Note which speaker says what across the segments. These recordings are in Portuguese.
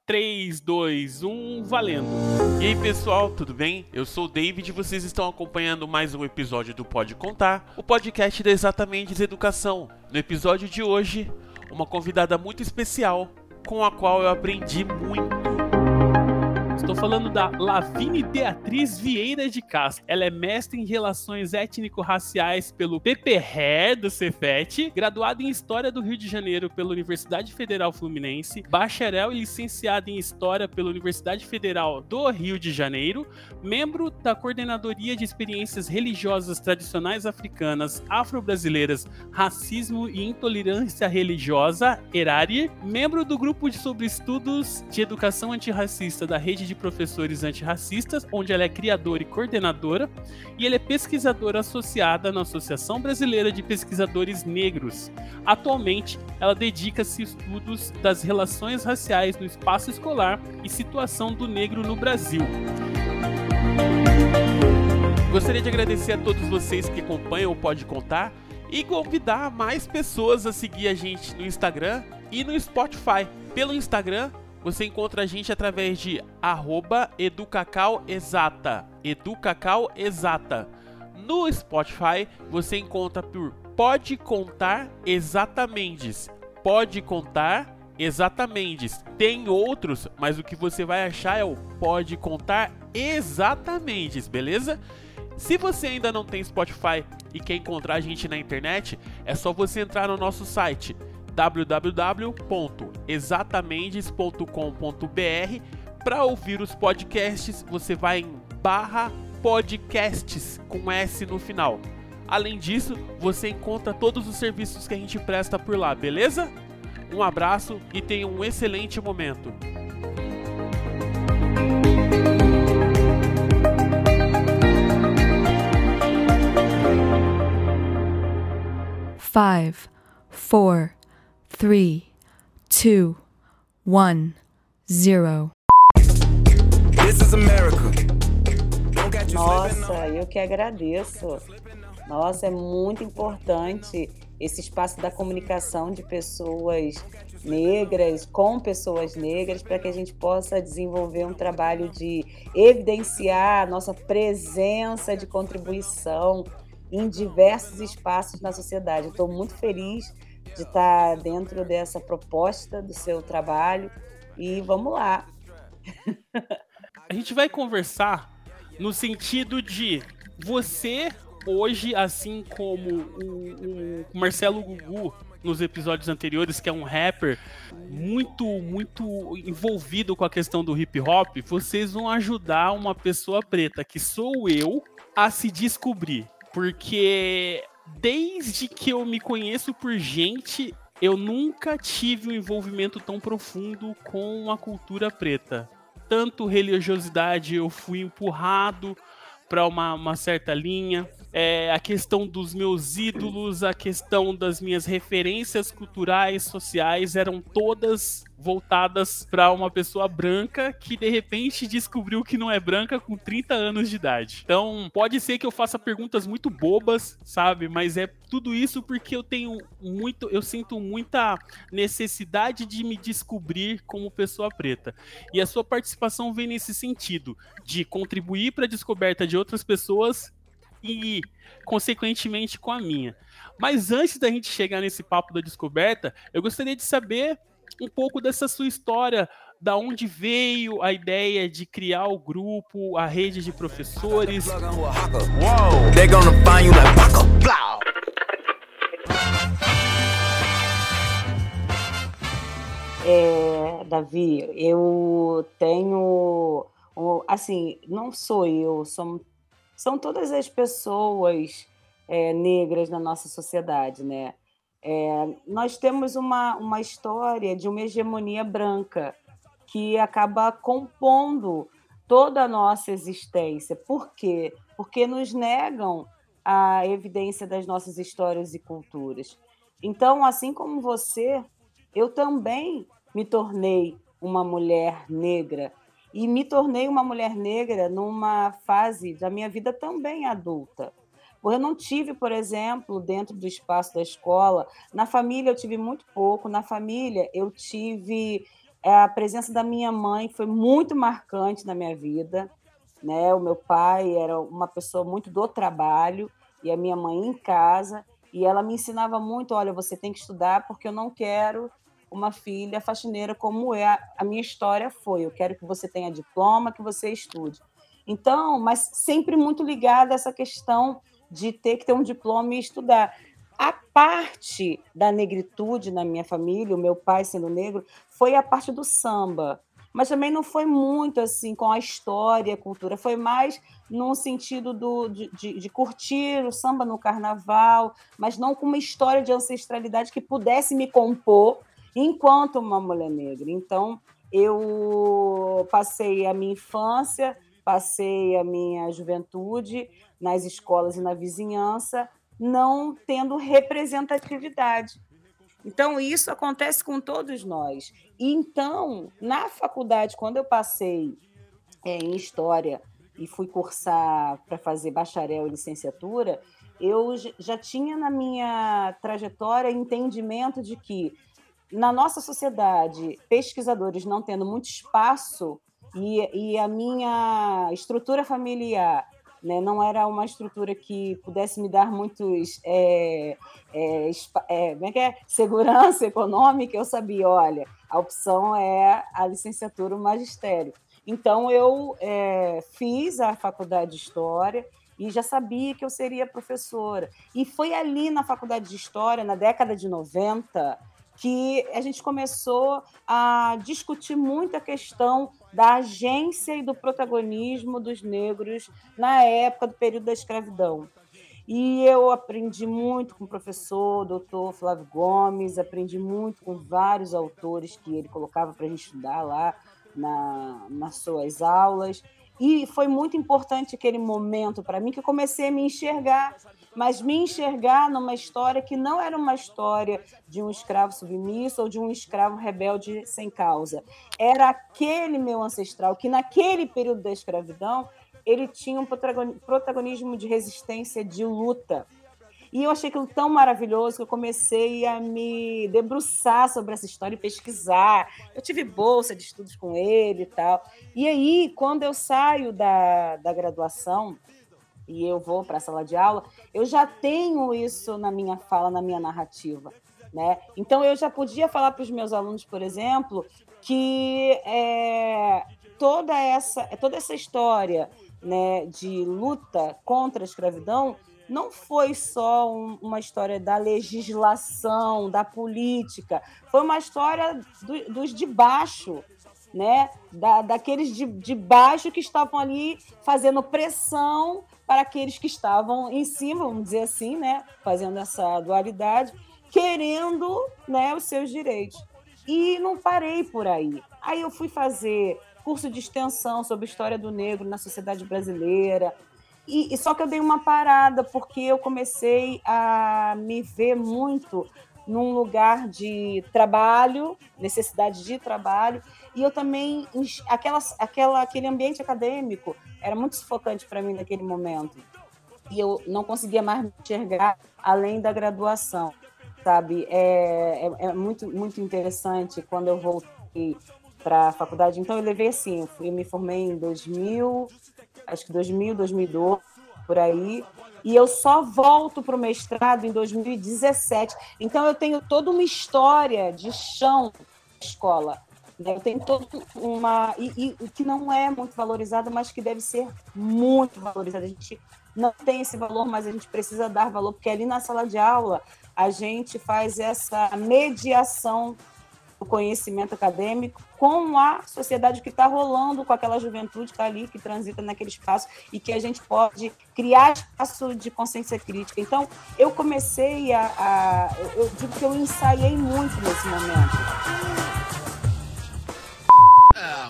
Speaker 1: 3, 2, 1, valendo!
Speaker 2: E aí pessoal, tudo bem? Eu sou o David e vocês estão acompanhando mais um episódio do Pode Contar, o podcast da Exatamente Educação. No episódio de hoje, uma convidada muito especial, com a qual eu aprendi muito.
Speaker 1: Estou falando da Lavínia Beatriz Vieira de Castro. Ela é mestre em Relações Étnico-Raciais pelo PPRE do Cefet, graduada em História do Rio de Janeiro pela Universidade Federal Fluminense, bacharel e licenciada em História pela Universidade Federal do Rio de Janeiro, membro da Coordenadoria de Experiências Religiosas Tradicionais Africanas, Afro-Brasileiras, Racismo e Intolerância Religiosa, ERARI, membro do Grupo sobre Estudos de Educação Antirracista da Rede de Professores Antirracistas, onde ela é criadora e coordenadora, e ela é pesquisadora associada na Associação Brasileira de Pesquisadores Negros. Atualmente, ela dedica-se a estudos das relações raciais no espaço escolar e situação do negro no Brasil.
Speaker 2: Gostaria de agradecer a todos vocês que acompanham o Pode Contar e convidar mais pessoas a seguir a gente no Instagram e no Spotify. Pelo Instagram, você encontra a gente através de @educacauexata. Educacauexata. No Spotify, você encontra por Pode Contar Exatamente. Pode Contar Exatamente. Tem outros, mas o que você vai achar é o Pode Contar Exatamente, beleza? Se você ainda não tem Spotify e quer encontrar a gente na internet, é só você entrar no nosso site www.exatamendes.com.br. Para ouvir os podcasts, você vai em /podcasts com S no final. Além disso, você encontra todos os serviços que a gente presta por lá, beleza? Um abraço e tenha um excelente momento.
Speaker 3: Five, 4, 3, 2, 1, 0.
Speaker 4: Nossa, eu que agradeço. Nossa, é muito importante esse espaço da comunicação de pessoas negras, com pessoas negras, para que a gente possa desenvolver um trabalho de evidenciar a nossa presença de contribuição em diversos espaços na sociedade. Eu estou muito feliz de estar dentro dessa proposta do seu trabalho e vamos lá.
Speaker 1: A gente vai conversar no sentido de você hoje, assim como o Marcelo Gugu nos episódios anteriores, que é um rapper muito envolvido com a questão do hip hop, vocês vão ajudar uma pessoa preta, que sou eu, a se descobrir. Porque desde que eu me conheço por gente, eu nunca tive um envolvimento tão profundo com a cultura preta. Tanto religiosidade, eu fui empurrado para uma certa linha. A questão dos meus ídolos, a questão das minhas referências culturais, sociais, eram todas voltadas para uma pessoa branca que de repente descobriu que não é branca com 30 anos de idade. Então, pode ser que eu faça perguntas muito bobas, sabe? Mas é tudo isso porque eu sinto muita necessidade de me descobrir como pessoa preta. E a sua participação vem nesse sentido, de contribuir para a descoberta de outras pessoas e, consequentemente, com a minha. Mas antes da gente chegar nesse papo da descoberta, eu gostaria de saber um pouco dessa sua história, da onde veio a ideia de criar o grupo, a rede de professores.
Speaker 4: Davi, eu tenho, assim, não sou eu, são todas as pessoas negras na nossa sociedade, né? Nós temos uma história de uma hegemonia branca que acaba compondo toda a nossa existência. Por quê? Porque nos negam a evidência das nossas histórias e culturas. Então, assim como você, eu também me tornei uma mulher negra. E me tornei uma mulher negra numa fase da minha vida também adulta. Eu não tive, por exemplo, dentro do espaço da escola, na família eu tive muito pouco, na família eu tive a presença da minha mãe foi muito marcante na minha vida, né? O meu pai era uma pessoa muito do trabalho e a minha mãe em casa, e ela me ensinava muito, olha, você tem que estudar porque eu não quero uma filha faxineira como a minha história foi, eu quero que você tenha diploma, que você estude. Então, mas sempre muito ligada a essa questão de ter que ter um diploma e estudar. A parte da negritude na minha família, o meu pai sendo negro, foi a parte do samba, mas também não foi muito assim com a história, a cultura, foi mais no sentido de curtir o samba no carnaval, mas não com uma história de ancestralidade que pudesse me compor enquanto uma mulher negra. Então, eu passei a minha infância, passei a minha juventude nas escolas e na vizinhança, não tendo representatividade. Então, isso acontece com todos nós. E, então, na faculdade, quando eu passei em História e fui cursar para fazer bacharel e licenciatura, eu já tinha na minha trajetória entendimento de que, na nossa sociedade, pesquisadores não tendo muito espaço e a minha estrutura familiar, né, não era uma estrutura que pudesse me dar muitos segurança econômica, eu sabia, olha, a opção é a licenciatura, o magistério. Então, eu fiz a faculdade de História e já sabia que eu seria professora. E foi ali na faculdade de História, na década de 90, que a gente começou a discutir muito a questão da agência e do protagonismo dos negros na época do período da escravidão. E eu aprendi muito com o professor, doutor Flávio Gomes, aprendi muito com vários autores que ele colocava para a gente estudar lá nas suas aulas. E foi muito importante aquele momento para mim, que eu comecei a me enxergar, mas me enxergar numa história que não era uma história de um escravo submisso ou de um escravo rebelde sem causa. Era aquele meu ancestral que, naquele período da escravidão, ele tinha um protagonismo de resistência, de luta. E eu achei aquilo tão maravilhoso que eu comecei a me debruçar sobre essa história e pesquisar. Eu tive bolsa de estudos com ele e tal. E aí, quando eu saio da graduação e eu vou para a sala de aula, eu já tenho isso na minha fala, na minha narrativa, né? Então, eu já podia falar para os meus alunos, por exemplo, que toda essa história, né, de luta contra a escravidão não foi só uma história da legislação, da política, foi uma história dos de baixo, né? Daqueles de baixo que estavam ali fazendo pressão para aqueles que estavam em cima, vamos dizer assim, né? Fazendo essa dualidade, querendo, né, os seus direitos. E não parei por aí. Aí eu fui fazer curso de extensão sobre história do negro na sociedade brasileira, e só que eu dei uma parada, porque eu comecei a me ver muito num lugar de trabalho, necessidade de trabalho, e eu também, aquele ambiente acadêmico era muito sufocante para mim naquele momento, e eu não conseguia mais me enxergar além da graduação, sabe? É muito, muito interessante quando eu voltei para a faculdade. Então, eu levei assim, eu me formei em 2000, acho que 2012, por aí, e eu só volto para o mestrado em 2017. Então, eu tenho toda uma história de chão da escola, né? Eu tenho toda e que não é muito valorizada, mas que deve ser muito valorizada. A gente não tem esse valor, mas a gente precisa dar valor, porque ali na sala de aula a gente faz essa mediação do conhecimento acadêmico com a sociedade que está rolando, com aquela juventude que está ali, que transita naquele espaço, e que a gente pode criar espaço de consciência crítica. Então, eu comecei eu digo que eu ensaiei muito nesse momento.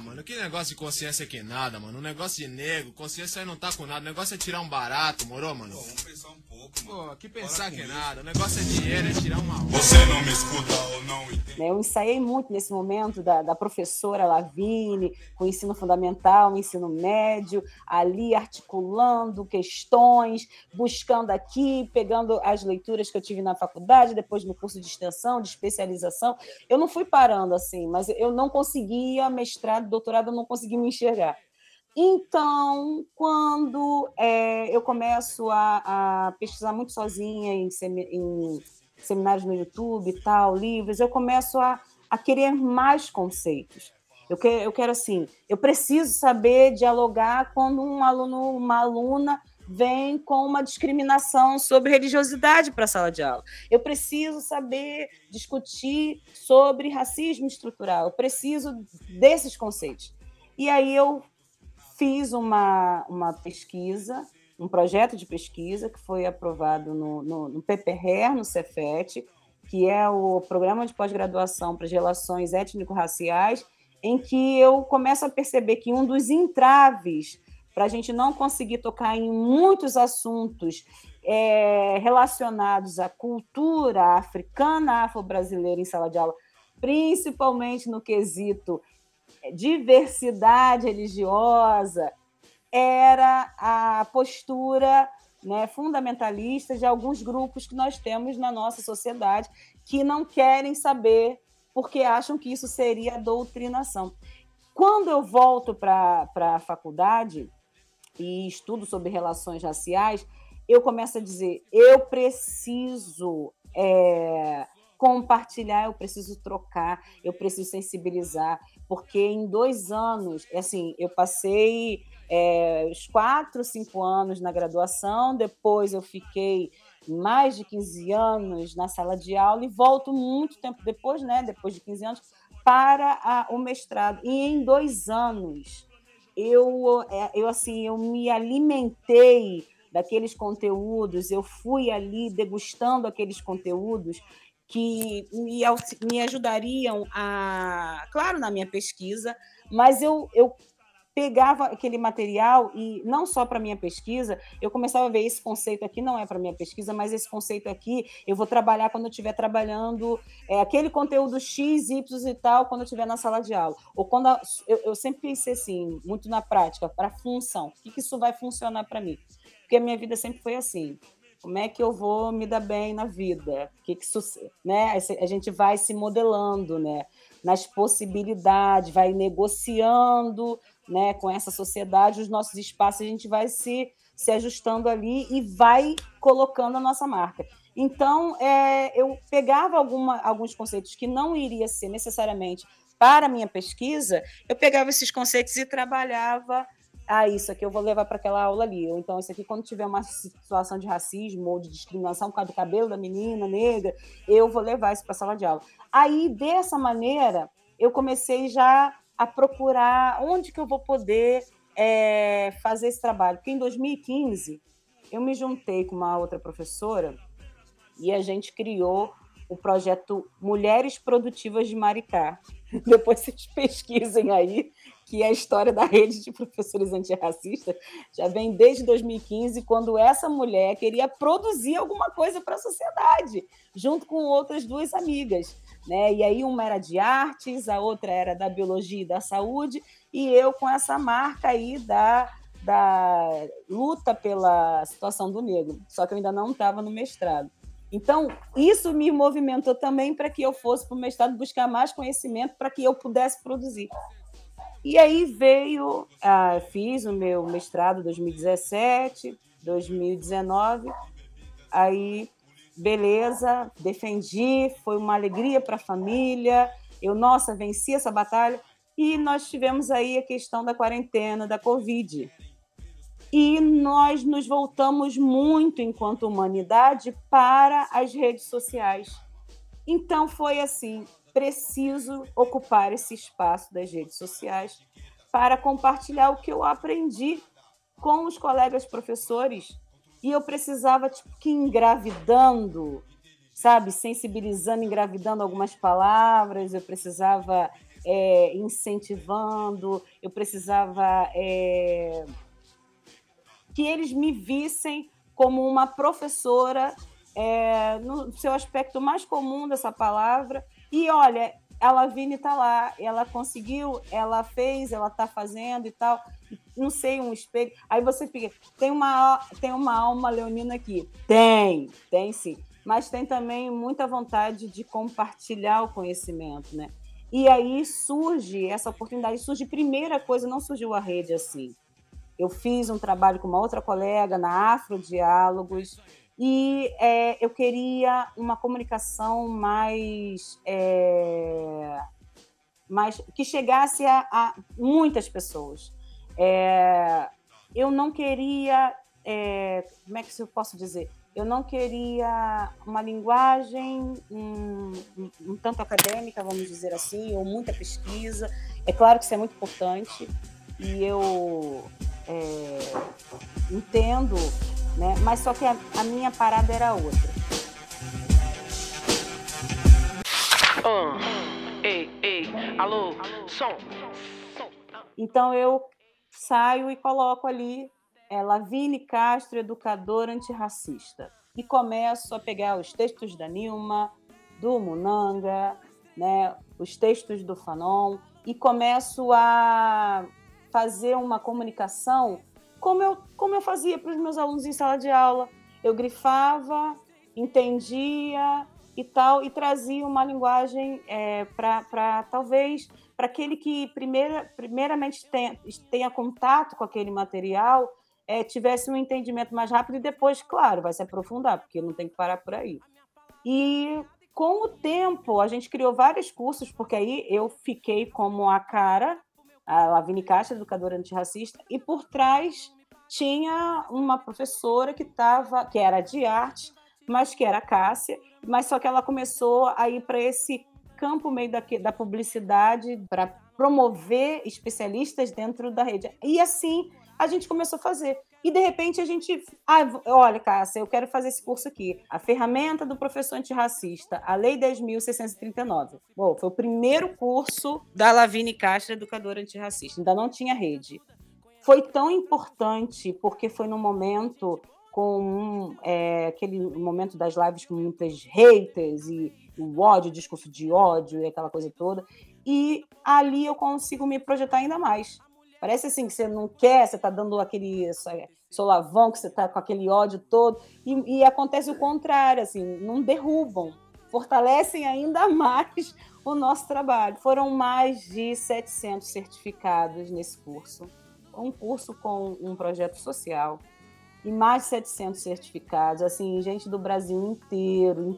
Speaker 5: mano, que negócio de consciência que nada, mano. Um negócio de negro, consciência aí não tá com nada. O negócio é tirar um barato, moro, mano?
Speaker 6: Pô, vamos pensar um pouco, mano.
Speaker 5: Pô, que pensar que nada. O negócio é dinheiro, é tirar uma...
Speaker 6: Você não me escuta ou não entende?
Speaker 4: Eu ensaiei muito nesse momento da professora Lavigne, com o ensino fundamental, o ensino médio, ali articulando questões, buscando aqui, pegando as leituras que eu tive na faculdade, depois no curso de extensão, de especialização. Eu não fui parando assim, mas eu não conseguia, mestrado, doutorado, eu não conseguia me enxergar. Então, quando eu começo a pesquisar muito sozinha em seminários no YouTube e tal, livros, eu começo a querer mais conceitos. Eu quero assim, eu preciso saber dialogar quando um aluno, uma aluna vem com uma discriminação sobre religiosidade para a sala de aula. Eu preciso saber discutir sobre racismo estrutural. Eu preciso desses conceitos. E aí eu fiz uma pesquisa, um projeto de pesquisa que foi aprovado no PPRER, no Cefet, que é o Programa de Pós-Graduação para as Relações Étnico-Raciais, em que eu começo a perceber que um dos entraves para a gente não conseguir tocar em muitos assuntos relacionados à cultura africana, afro-brasileira em sala de aula, principalmente no quesito diversidade religiosa, era a postura, né, fundamentalista de alguns grupos que nós temos na nossa sociedade que não querem saber porque acham que isso seria doutrinação. Quando eu volto para a faculdade e estudo sobre relações raciais, eu começo a dizer, eu preciso compartilhar, eu preciso trocar, eu preciso sensibilizar, porque em 2 anos, assim, eu passei os 4, 5 anos na graduação, depois eu fiquei mais de 15 anos na sala de aula e volto muito tempo depois, né, depois de 15 anos, para o mestrado. E em 2 anos, eu me alimentei daqueles conteúdos, eu fui ali degustando aqueles conteúdos que me ajudariam claro, na minha pesquisa, mas eu pegava aquele material e não só para a minha pesquisa, eu começava a ver esse conceito aqui não é para a minha pesquisa, mas esse conceito aqui eu vou trabalhar quando eu estiver trabalhando aquele conteúdo X, Y e tal, quando eu estiver na sala de aula. Ou quando eu sempre pensei assim, muito na prática, para a função, o que isso vai funcionar para mim? Porque a minha vida sempre foi assim. Como é que eu vou me dar bem na vida? Né? A gente vai se modelando, né? Nas possibilidades, vai negociando, né? Com essa sociedade, os nossos espaços, a gente vai se ajustando ali e vai colocando a nossa marca. Então, eu pegava alguns conceitos que não iria ser necessariamente para a minha pesquisa, eu pegava esses conceitos e trabalhava. Isso aqui eu vou levar para aquela aula ali. Ou então, isso aqui, quando tiver uma situação de racismo ou de discriminação por causa do cabelo da menina negra, eu vou levar isso para a sala de aula. Aí, dessa maneira, eu comecei já a procurar onde que eu vou poder fazer esse trabalho. Porque em 2015, eu me juntei com uma outra professora e a gente criou o projeto Mulheres Produtivas de Maricá. Depois vocês pesquisem aí, que a história da rede de professores antirracistas já vem desde 2015, quando essa mulher queria produzir alguma coisa para a sociedade, junto com outras 2 amigas, né? E aí uma era de artes, a outra era da biologia e da saúde, e eu com essa marca aí da luta pela situação do negro, só que eu ainda não estava no mestrado. Então, isso me movimentou também para que eu fosse para o mestrado buscar mais conhecimento para que eu pudesse produzir. E aí fiz o meu mestrado em 2017, 2019, aí, beleza, defendi, foi uma alegria para a família, venci essa batalha, e nós tivemos aí a questão da quarentena, da Covid. E nós nos voltamos muito, enquanto humanidade, para as redes sociais. Então, foi assim, preciso ocupar esse espaço das redes sociais para compartilhar o que eu aprendi com os colegas professores. E eu precisava, que engravidando, sabe? Sensibilizando, engravidando algumas palavras, eu precisava incentivando, eu precisava que eles me vissem como uma professora no seu aspecto mais comum dessa palavra. E, olha, a Lavínia está lá, ela conseguiu, ela fez, ela está fazendo e tal. Não sei, um espelho. Aí você fica, tem uma alma leonina aqui. Tem sim. Mas tem também muita vontade de compartilhar o conhecimento, né? E aí surge essa oportunidade, primeira coisa, não surgiu a rede assim. Eu fiz um trabalho com uma outra colega na Afrodiálogos e eu queria uma comunicação mais que chegasse a muitas pessoas. Eu não queria, como é que eu posso dizer? Eu não queria uma linguagem um tanto acadêmica, vamos dizer assim, ou muita pesquisa. É claro que isso é muito importante e eu entendo, né? Mas só que a minha parada era outra.
Speaker 7: Ei, alô, som.
Speaker 4: Então eu saio e coloco ali Lavínia Castro, educadora antirracista. E começo a pegar os textos da Nilma, do Munanga, né, os textos do Fanon, e começo a fazer uma comunicação como eu fazia para os meus alunos em sala de aula. Eu grifava, entendia e tal, e trazia uma linguagem para talvez para aquele que primeiramente tenha contato com aquele material, tivesse um entendimento mais rápido e depois, claro, vai se aprofundar, porque não tem que parar por aí. E com o tempo, a gente criou vários cursos, porque aí eu fiquei como a cara, a Lavínia Castro, educadora antirracista, e por trás tinha uma professora que era de arte, mas que era a Cássia, mas só que ela começou a ir para esse campo meio da publicidade, para promover especialistas dentro da rede. E assim a gente começou a fazer. E, de repente, a gente... olha, Cássia, eu quero fazer esse curso aqui. A ferramenta do professor antirracista, a Lei 10.639. Bom, foi o primeiro curso da Lavínia Castro, educadora antirracista. Ainda não tinha rede. Foi tão importante, porque foi num momento aquele momento das lives com muitas haters e o ódio, o discurso de ódio e aquela coisa toda. E ali eu consigo me projetar ainda mais. Parece assim que você não quer, você está dando aquele solavão, que você está com aquele ódio todo, e acontece o contrário, assim, não derrubam, fortalecem ainda mais o nosso trabalho. Foram mais de 700 certificados nesse curso. Um curso com um projeto social e mais de 700 certificados, assim, gente do Brasil inteiro.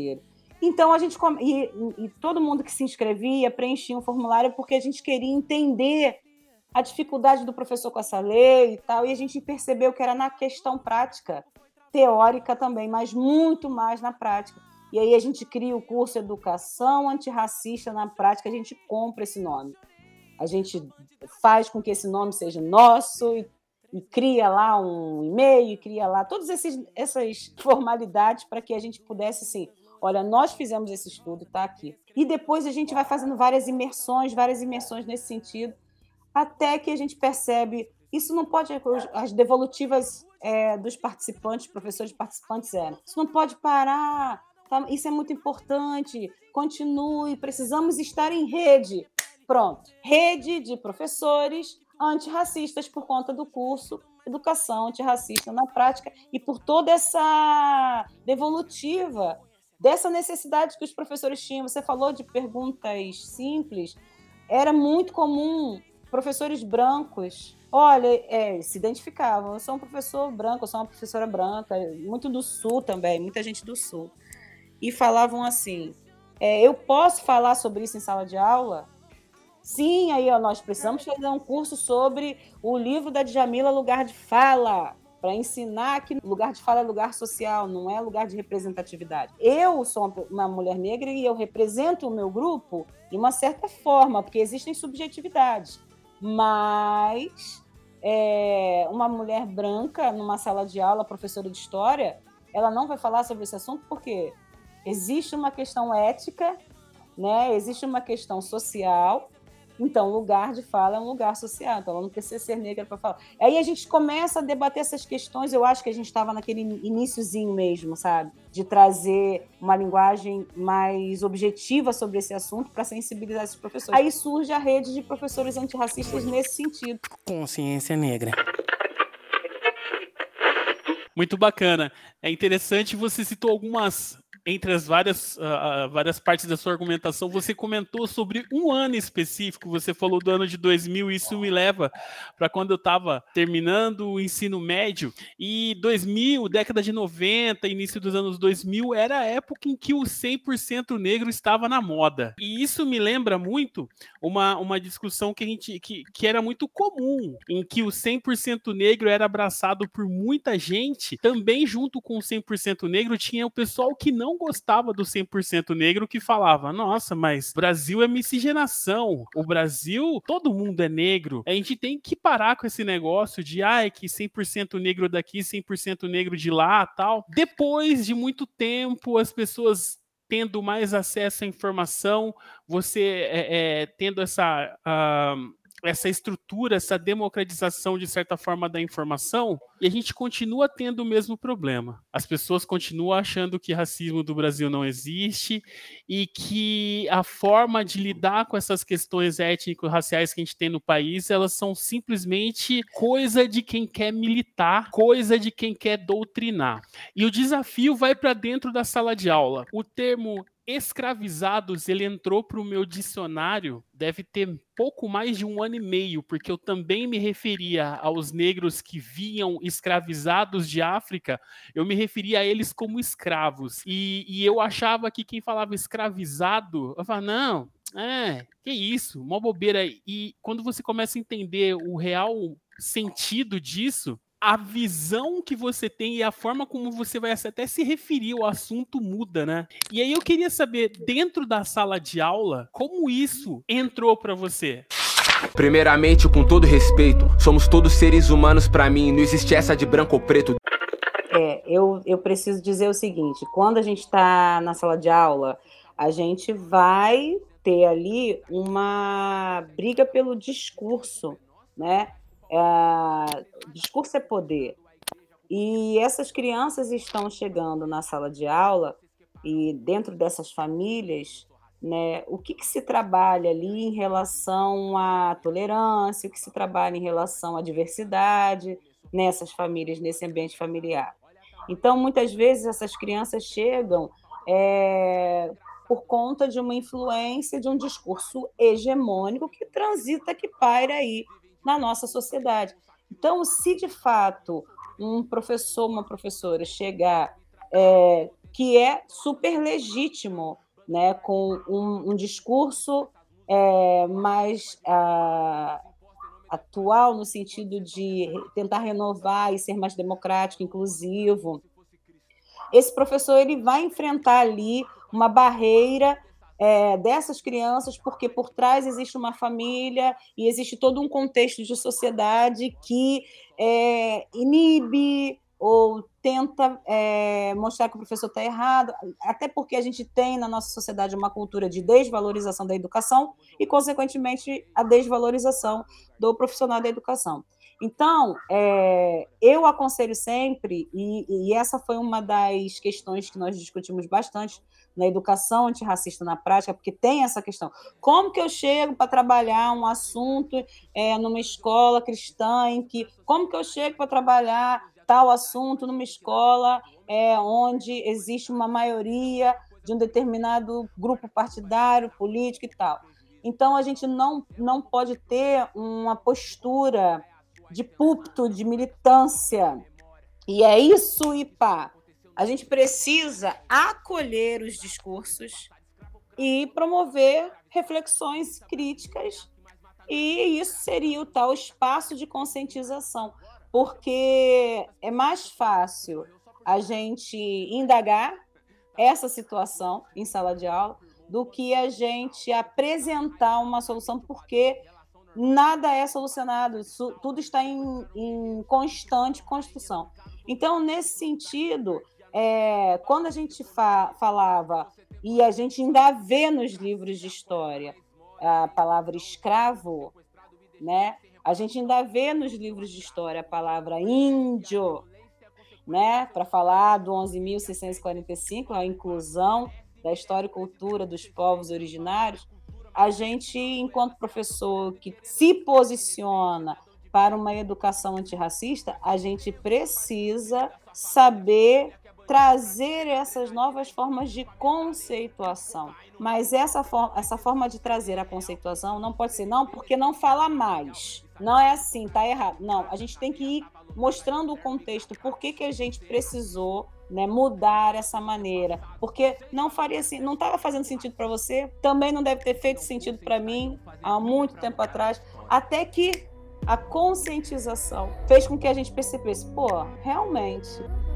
Speaker 4: Então, a gente... E todo mundo que se inscrevia preenchia um formulário porque a gente queria entender a dificuldade do professor com essa lei e tal, e a gente percebeu que era na questão prática, teórica também, mas muito mais na prática. E aí a gente cria o curso Educação Antirracista na Prática, a gente compra esse nome. A gente faz com que esse nome seja nosso e cria lá um e-mail, cria lá todas essas formalidades para que a gente pudesse, assim, olha, nós fizemos esse estudo, está aqui. E depois a gente vai fazendo várias imersões nesse sentido, até que a gente percebe, isso não pode, as devolutivas dos participantes, professores participantes isso não pode parar, tá? Isso é muito importante, continue, precisamos estar em rede. Pronto, rede de professores antirracistas por conta do curso Educação Antirracista na Prática e por toda essa devolutiva, dessa necessidade que os professores tinham. Você falou de perguntas simples, era muito comum professores brancos, olha, se identificavam, eu sou um professor branco, eu sou uma professora branca, muito do Sul também, muita gente do Sul, e falavam assim, eu posso falar sobre isso em sala de aula? Sim, aí nós precisamos fazer um curso sobre o livro da Djamila, Lugar de Fala, para ensinar que lugar de fala é lugar social, não é lugar de representatividade. Eu sou uma mulher negra e eu represento o meu grupo de uma certa forma, porque existem subjetividades. Mas uma mulher branca numa sala de aula, professora de história, ela não vai falar sobre esse assunto porque existe uma questão ética, né? Existe uma questão social Então, o lugar de fala é um lugar social, então ela não precisa ser negra para falar. Aí a gente começa a debater essas questões, eu acho que a gente estava naquele iniciozinho mesmo, sabe? De trazer uma linguagem mais objetiva sobre esse assunto para sensibilizar esses professores. Aí surge a rede de professores antirracistas nesse sentido.
Speaker 8: Consciência negra.
Speaker 1: Muito bacana. É interessante, você citou algumas, entre as várias partes da sua argumentação, você comentou sobre um ano específico, você falou do ano de 2000, isso me leva para quando eu estava terminando o ensino médio, e 2000, década de 90, início dos anos 2000, era a época em que o 100% negro estava na moda. E isso me lembra muito uma discussão que era muito comum, em que o 100% negro era abraçado por muita gente. Também junto com o 100% negro tinha o pessoal que não gostava do 100% negro, que falava, nossa, mas o Brasil é miscigenação, o Brasil, todo mundo é negro, a gente tem que parar com esse negócio de, é que 100% negro daqui, 100% negro de lá, tal. Depois de muito tempo, as pessoas tendo mais acesso à informação, você tendo essa estrutura, essa democratização, de certa forma, da informação, e a gente continua tendo o mesmo problema. As pessoas continuam achando que racismo do Brasil não existe e que a forma de lidar com essas questões étnico-raciais que a gente tem no país, elas são simplesmente coisa de quem quer militar, coisa de quem quer doutrinar. E o desafio vai para dentro da sala de aula. O termo escravizados, ele entrou para o meu dicionário, deve ter pouco mais de 1 ano e meio, porque eu também me referia aos negros que vinham escravizados de África, eu me referia a eles como escravos, e eu achava que quem falava escravizado, eu falava, não, que isso, mó bobeira. E quando você começa a entender o real sentido disso, a visão que você tem e a forma como você vai até se referir ao assunto muda, né? E aí eu queria saber, dentro da sala de aula, como isso entrou pra você?
Speaker 9: Primeiramente, com todo respeito, somos todos seres humanos pra mim, não existe essa de branco ou preto.
Speaker 4: Eu preciso dizer o seguinte, quando a gente está na sala de aula, a gente vai ter ali uma briga pelo discurso, né? Discurso é poder. E essas crianças estão chegando na sala de aula e dentro dessas famílias, né, o que se trabalha ali em relação à tolerância, o que se trabalha em relação à diversidade nessas famílias, nesse ambiente familiar. Então, muitas vezes, essas crianças chegam por conta de uma influência de um discurso hegemônico que transita, que paira aí na nossa sociedade. Então, se de fato um professor, uma professora chegar, que é super legítimo, né, com um discurso mais atual, no sentido de tentar renovar e ser mais democrático, inclusivo, esse professor ele vai enfrentar ali uma barreira dessas crianças, porque por trás existe uma família e existe todo um contexto de sociedade que inibe ou tenta mostrar que o professor está errado, até porque a gente tem na nossa sociedade uma cultura de desvalorização da educação e, consequentemente, a desvalorização do profissional da educação. Então, eu aconselho sempre, e essa foi uma das questões que nós discutimos bastante na educação antirracista na prática, porque tem essa questão. Como que eu chego para trabalhar um assunto numa escola cristã, como que eu chego para trabalhar tal assunto numa escola onde existe uma maioria de um determinado grupo partidário, político e tal. Então, a gente não pode ter uma postura de púlpito, de militância. E é isso e pá. A gente precisa acolher os discursos e promover reflexões críticas, e isso seria o tal espaço de conscientização, porque é mais fácil a gente indagar essa situação em sala de aula do que a gente apresentar uma solução, porque nada é solucionado, tudo está em constante construção. Então, nesse sentido, quando a gente falava, e a gente ainda vê nos livros de história, a palavra escravo, né? A gente ainda vê nos livros de história a palavra índio, né? Para falar do 11.645, a inclusão da história e cultura dos povos originários. A gente, enquanto professor que se posiciona para uma educação antirracista, a gente precisa saber trazer essas novas formas de conceituação. Mas essa forma de trazer a conceituação não pode ser, não, porque não fala mais. Não é assim, tá errado. Não, a gente tem que ir mostrando o contexto, por que a gente precisou, né, mudar essa maneira. Porque não faria assim, não estava fazendo sentido para você, também não deve ter feito sentido para mim há muito tempo atrás, até que a conscientização fez com que a gente percebesse, pô, realmente.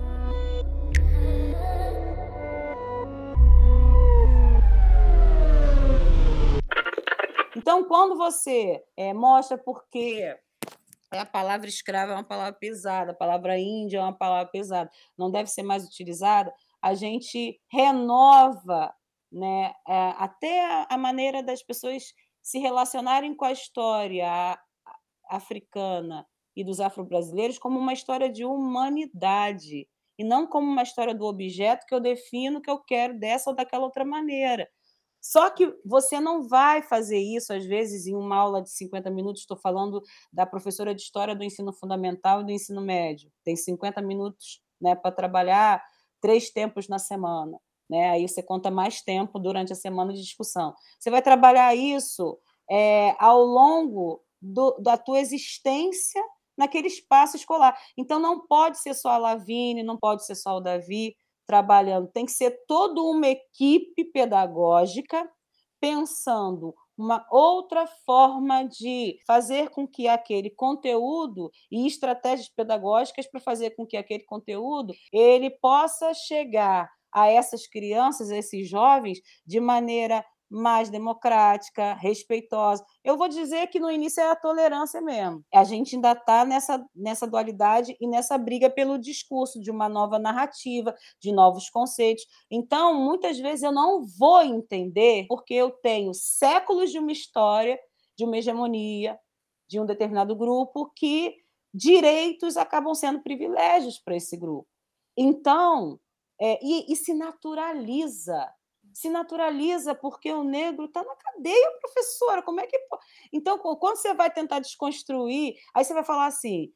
Speaker 4: Então, quando você mostra por que a palavra escrava é uma palavra pesada, a palavra índia é uma palavra pesada, não deve ser mais utilizada, a gente renova, né, até a maneira das pessoas se relacionarem com a história africana e dos afro-brasileiros como uma história de humanidade, e não como uma história do objeto que eu defino que eu quero dessa ou daquela outra maneira. Só que você não vai fazer isso, às vezes, em uma aula de 50 minutos. Estou falando da professora de História do Ensino Fundamental e do Ensino Médio. Tem 50 minutos, né, para trabalhar 3 tempos na semana. Né? Aí você conta mais tempo durante a semana de discussão. Você vai trabalhar isso ao longo da tua existência naquele espaço escolar. Então, não pode ser só a Lavínia, não pode ser só o Davi trabalhando, tem que ser toda uma equipe pedagógica pensando uma outra forma de fazer com que aquele conteúdo e estratégias pedagógicas para fazer com que aquele conteúdo ele possa chegar a essas crianças, a esses jovens, de maneira mais democrática, respeitosa. Eu vou dizer que no início é a tolerância mesmo. A gente ainda está nessa dualidade e nessa briga pelo discurso de uma nova narrativa, de novos conceitos. Então, muitas vezes eu não vou entender porque eu tenho séculos de uma história, de uma hegemonia, de um determinado grupo, que direitos acabam sendo privilégios para esse grupo. Então, e se naturaliza. Se naturaliza porque o negro está na cadeia, professora. Como é que pode? Então, quando você vai tentar desconstruir, aí você vai falar assim,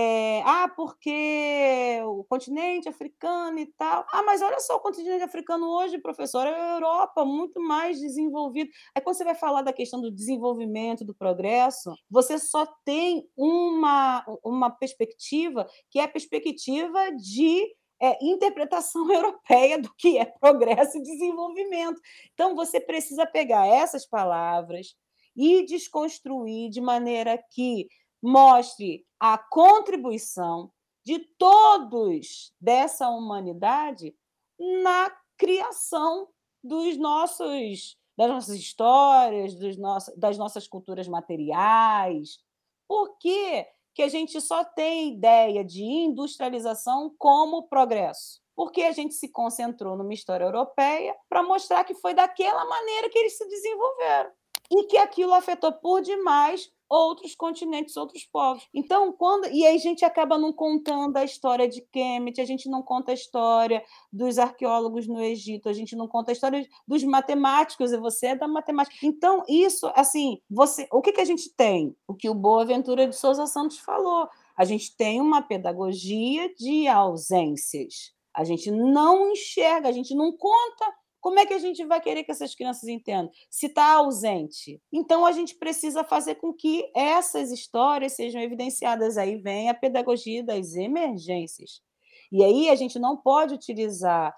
Speaker 4: porque o continente africano e tal. Mas olha só, o continente africano hoje, professora, é a Europa, muito mais desenvolvido. Aí quando você vai falar da questão do desenvolvimento, do progresso, você só tem uma perspectiva que é a perspectiva de interpretação europeia do que é progresso e desenvolvimento. Então, você precisa pegar essas palavras e desconstruir de maneira que mostre a contribuição de todos dessa humanidade na criação das nossas histórias, das nossas culturas materiais. Por quê que a gente só tem ideia de industrialização como progresso? Porque a gente se concentrou numa história europeia para mostrar que foi daquela maneira que eles se desenvolveram e que aquilo afetou por demais outros continentes, outros povos. Então, e aí a gente acaba não contando a história de Kemet, a gente não conta a história dos arqueólogos no Egito, a gente não conta a história dos matemáticos, e você é da matemática. Então, isso, assim, o que a gente tem? O que o Boaventura de Souza Santos falou. A gente tem uma pedagogia de ausências. A gente não enxerga, a gente não conta. Como é que a gente vai querer que essas crianças entendam? Se está ausente. Então, a gente precisa fazer com que essas histórias sejam evidenciadas. Aí vem a pedagogia das emergências. E aí a gente não pode utilizar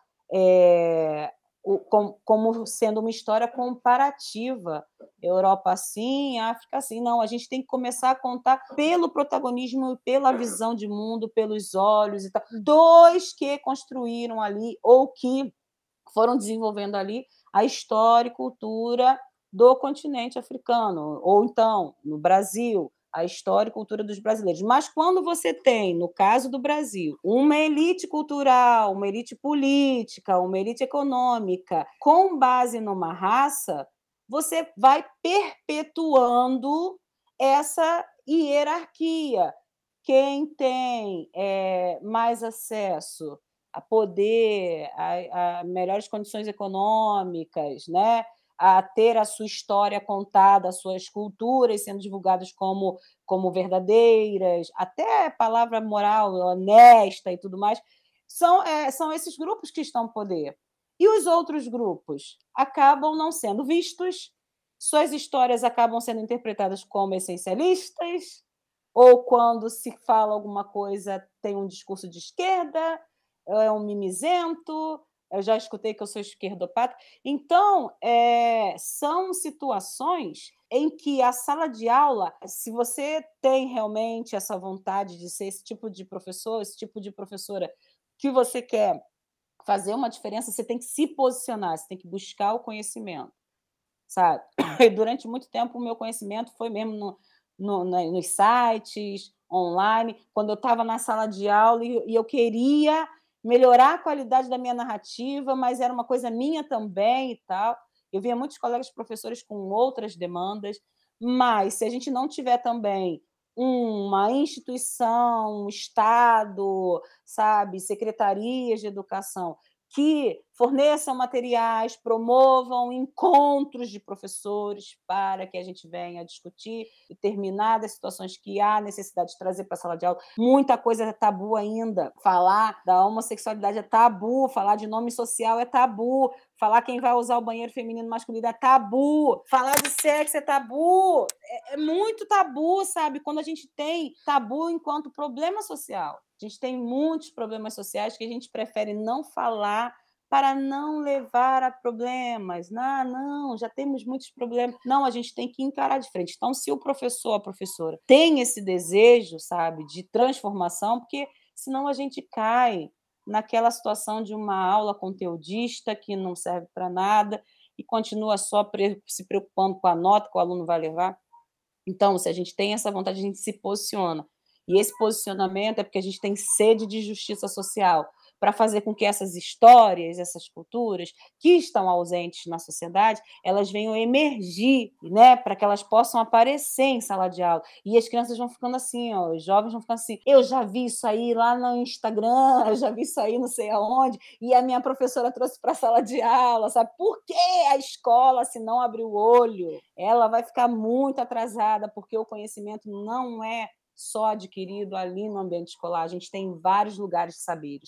Speaker 4: como sendo uma história comparativa. Europa assim, África assim. Não, a gente tem que começar a contar pelo protagonismo, pela visão de mundo, pelos olhos e tal. Dois que construíram ali, ou que foram desenvolvendo ali a história e cultura do continente africano, ou então, no Brasil, a história e cultura dos brasileiros. Mas quando você tem, no caso do Brasil, uma elite cultural, uma elite política, uma elite econômica, com base numa raça, você vai perpetuando essa hierarquia. Quem tem mais acesso a poder, a melhores condições econômicas, né? A ter a sua história contada, as suas culturas sendo divulgadas como verdadeiras, até a palavra moral, honesta e tudo mais, são esses grupos que estão no poder. E os outros grupos acabam não sendo vistos, suas histórias acabam sendo interpretadas como essencialistas, ou quando se fala alguma coisa tem um discurso de esquerda, é um mimizento, eu já escutei que eu sou esquerdopata. Então, são situações em que a sala de aula, se você tem realmente essa vontade de ser esse tipo de professor, esse tipo de professora, que você quer fazer uma diferença, você tem que se posicionar, você tem que buscar o conhecimento, sabe? E durante muito tempo, o meu conhecimento foi mesmo nos sites, online, quando eu estava na sala de aula e eu queria melhorar a qualidade da minha narrativa, mas era uma coisa minha também e tal. Eu via muitos colegas professores com outras demandas, mas se a gente não tiver também uma instituição, um Estado, sabe, secretarias de educação que forneçam materiais, promovam encontros de professores para que a gente venha discutir determinadas situações que há necessidade de trazer para a sala de aula. Muita coisa é tabu ainda. Falar da homossexualidade é tabu, falar de nome social é tabu, falar quem vai usar o banheiro feminino masculino é tabu, falar de sexo é tabu. É muito tabu, sabe? Quando a gente tem tabu enquanto problema social. A gente tem muitos problemas sociais que a gente prefere não falar para não levar a problemas. Não, já temos muitos problemas. Não, a gente tem que encarar de frente. Então, se o professor, a professora, tem esse desejo, sabe, de transformação, porque senão a gente cai naquela situação de uma aula conteudista que não serve para nada e continua só se preocupando com a nota que o aluno vai levar. Então, se a gente tem essa vontade, a gente se posiciona. E esse posicionamento é porque a gente tem sede de justiça social, para fazer com que essas histórias, essas culturas que estão ausentes na sociedade, elas venham emergir, né, para que elas possam aparecer em sala de aula. E as crianças vão ficando assim, ó, os jovens vão ficando assim, eu já vi isso aí lá no Instagram, eu já vi isso aí não sei aonde, e a minha professora trouxe para a sala de aula, sabe? Por que a escola, se não abrir o olho, ela vai ficar muito atrasada, porque o conhecimento não é só adquirido ali no ambiente escolar, a gente tem vários lugares de saberes.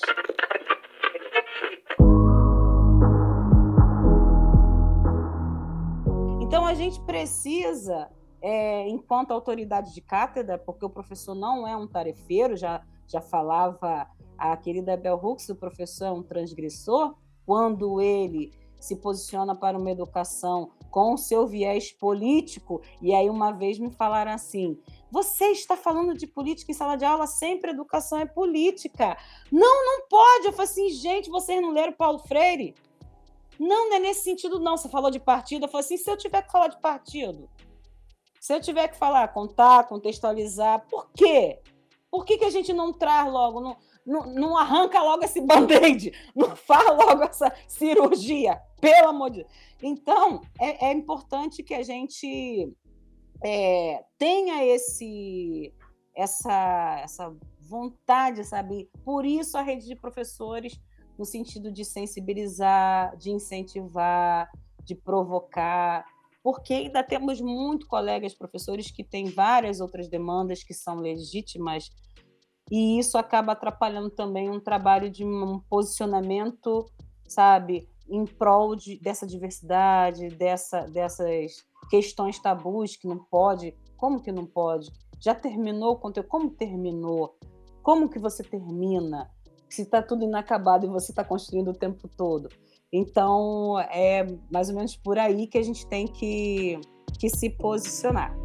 Speaker 4: Então, a gente precisa, enquanto autoridade de cátedra, porque o professor não é um tarefeiro, já falava a querida Bell Hooks, o professor é um transgressor, quando ele se posiciona para uma educação com o seu viés político, e aí uma vez me falaram assim, você está falando de política em sala de aula, sempre educação é política. Não pode. Eu falei assim, gente, vocês não leram Paulo Freire? Não é nesse sentido, não. Você falou de partido. Eu falei assim, se eu tiver que falar de partido, se eu tiver que falar, contar, contextualizar, por quê? Por que a gente não traz logo, não arranca logo esse band-aid, não faz logo essa cirurgia, pelo amor de Deus. Então, é importante que a gente tenha essa vontade, sabe? Por isso a rede de professores, no sentido de sensibilizar, de incentivar, de provocar, porque ainda temos muitos colegas professores que têm várias outras demandas que são legítimas, e isso acaba atrapalhando também um trabalho de um posicionamento, sabe, em prol dessa diversidade, dessas questões tabus que não pode. Como que não pode? Já terminou o conteúdo? Como terminou? Como que você termina? Se está tudo inacabado e você está construindo o tempo todo. Então, é mais ou menos por aí que a gente tem que se posicionar.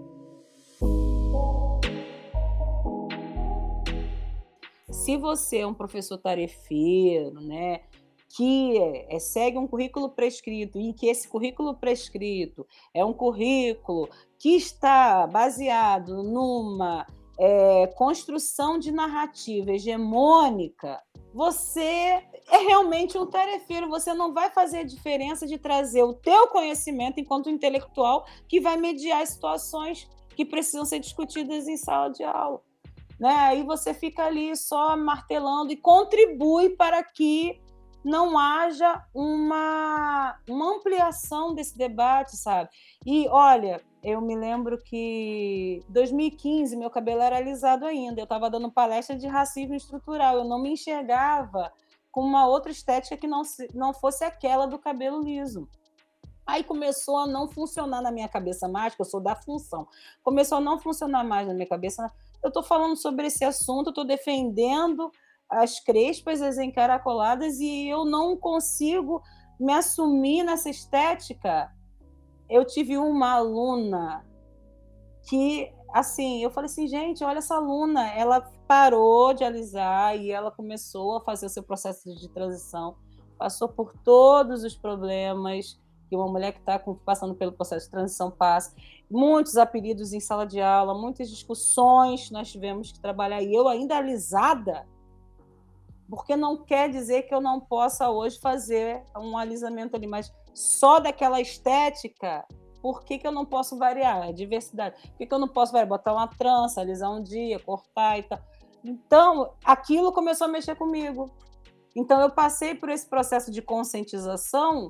Speaker 4: Se você é um professor tarefeiro, né, que segue um currículo prescrito, e que esse currículo prescrito é um currículo que está baseado numa construção de narrativa hegemônica, você é realmente um tarefeiro, você não vai fazer a diferença de trazer o teu conhecimento enquanto intelectual que vai mediar as situações que precisam ser discutidas em sala de aula. Né? Aí você fica ali só martelando e contribui para que não haja uma ampliação desse debate, sabe? E, olha, eu me lembro que em 2015 meu cabelo era alisado ainda, eu estava dando palestra de racismo estrutural, eu não me enxergava com uma outra estética que não fosse aquela do cabelo liso. Aí começou a não funcionar na minha cabeça mais, que eu sou da função. Começou a não funcionar mais na minha cabeça. Eu estou falando sobre esse assunto, estou defendendo as crespas, as encaracoladas, e eu não consigo me assumir nessa estética. Eu tive uma aluna que, assim, eu falei assim, gente, olha essa aluna, ela parou de alisar e ela começou a fazer o seu processo de transição, passou por todos os problemas que uma mulher que está passando pelo processo de transição passa, muitos apelidos em sala de aula, muitas discussões nós tivemos que trabalhar, e eu ainda alisada, porque não quer dizer que eu não possa hoje fazer um alisamento ali, mas só daquela estética, por que eu não posso variar? A diversidade. Por que eu não posso variar? Botar uma trança, alisar um dia, cortar e tal. Então, aquilo começou a mexer comigo. Então, eu passei por esse processo de conscientização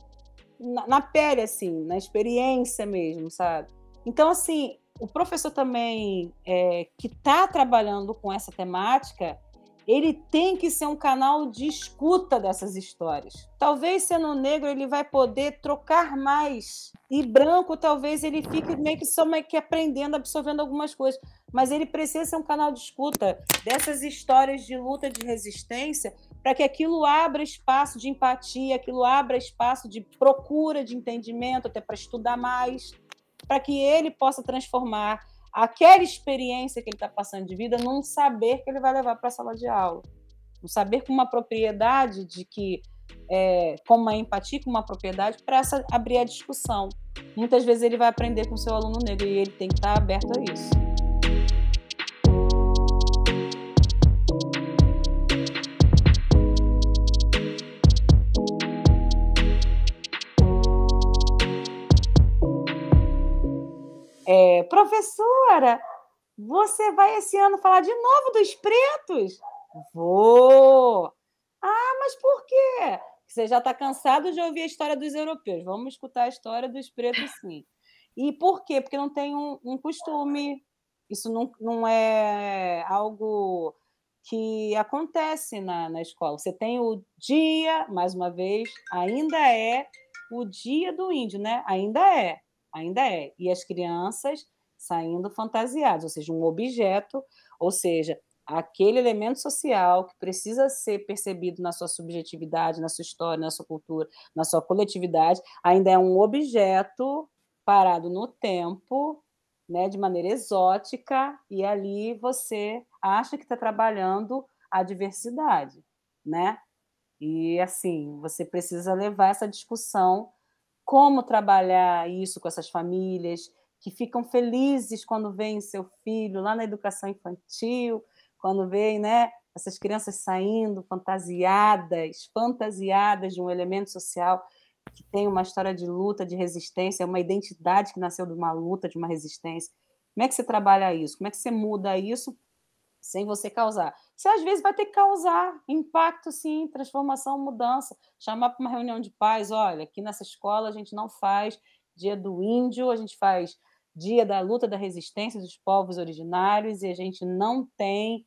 Speaker 4: na pele, assim, na experiência mesmo, sabe? Então, assim, o professor também que está trabalhando com essa temática, ele tem que ser um canal de escuta dessas histórias. Talvez, sendo negro, ele vai poder trocar mais. E branco, talvez, ele fique meio que aprendendo, absorvendo algumas coisas. Mas ele precisa ser um canal de escuta dessas histórias de luta, de resistência, para que aquilo abra espaço de empatia, aquilo abra espaço de procura de entendimento, até para estudar mais, para que ele possa transformar aquela experiência que ele está passando de vida num saber que ele vai levar para a sala de aula. Um saber com uma propriedade de que, com uma empatia, com uma propriedade, para abrir a discussão. Muitas vezes ele vai aprender com o seu aluno negro e ele tem que estar aberto a isso. Professora, você vai esse ano falar de novo dos pretos? Vou. Ah, mas por quê? Você já está cansado de ouvir a história dos europeus. Vamos escutar a história dos pretos, sim. E por quê? Porque não tem um costume. Isso não é algo que acontece na escola. Você tem o dia, mais uma vez, ainda é o dia do índio, né? Ainda é. E as crianças saindo fantasiadas, ou seja, um objeto, ou seja, aquele elemento social que precisa ser percebido na sua subjetividade, na sua história, na sua cultura, na sua coletividade, ainda é um objeto parado no tempo, né, de maneira exótica, e ali você acha que está trabalhando a diversidade, né? E, assim, você precisa levar essa discussão, como trabalhar isso com essas famílias que ficam felizes quando veem seu filho lá na educação infantil, quando veem, né, essas crianças saindo fantasiadas de um elemento social que tem uma história de luta, de resistência, uma identidade que nasceu de uma luta, de uma resistência. Como é que você trabalha isso? Como é que você muda isso sem você causar? Você, às vezes, vai ter que causar impacto, sim, transformação, mudança. Chamar para uma reunião de pais, olha, aqui nessa escola a gente não faz dia do índio, a gente faz dia da luta da resistência dos povos originários, e a gente não tem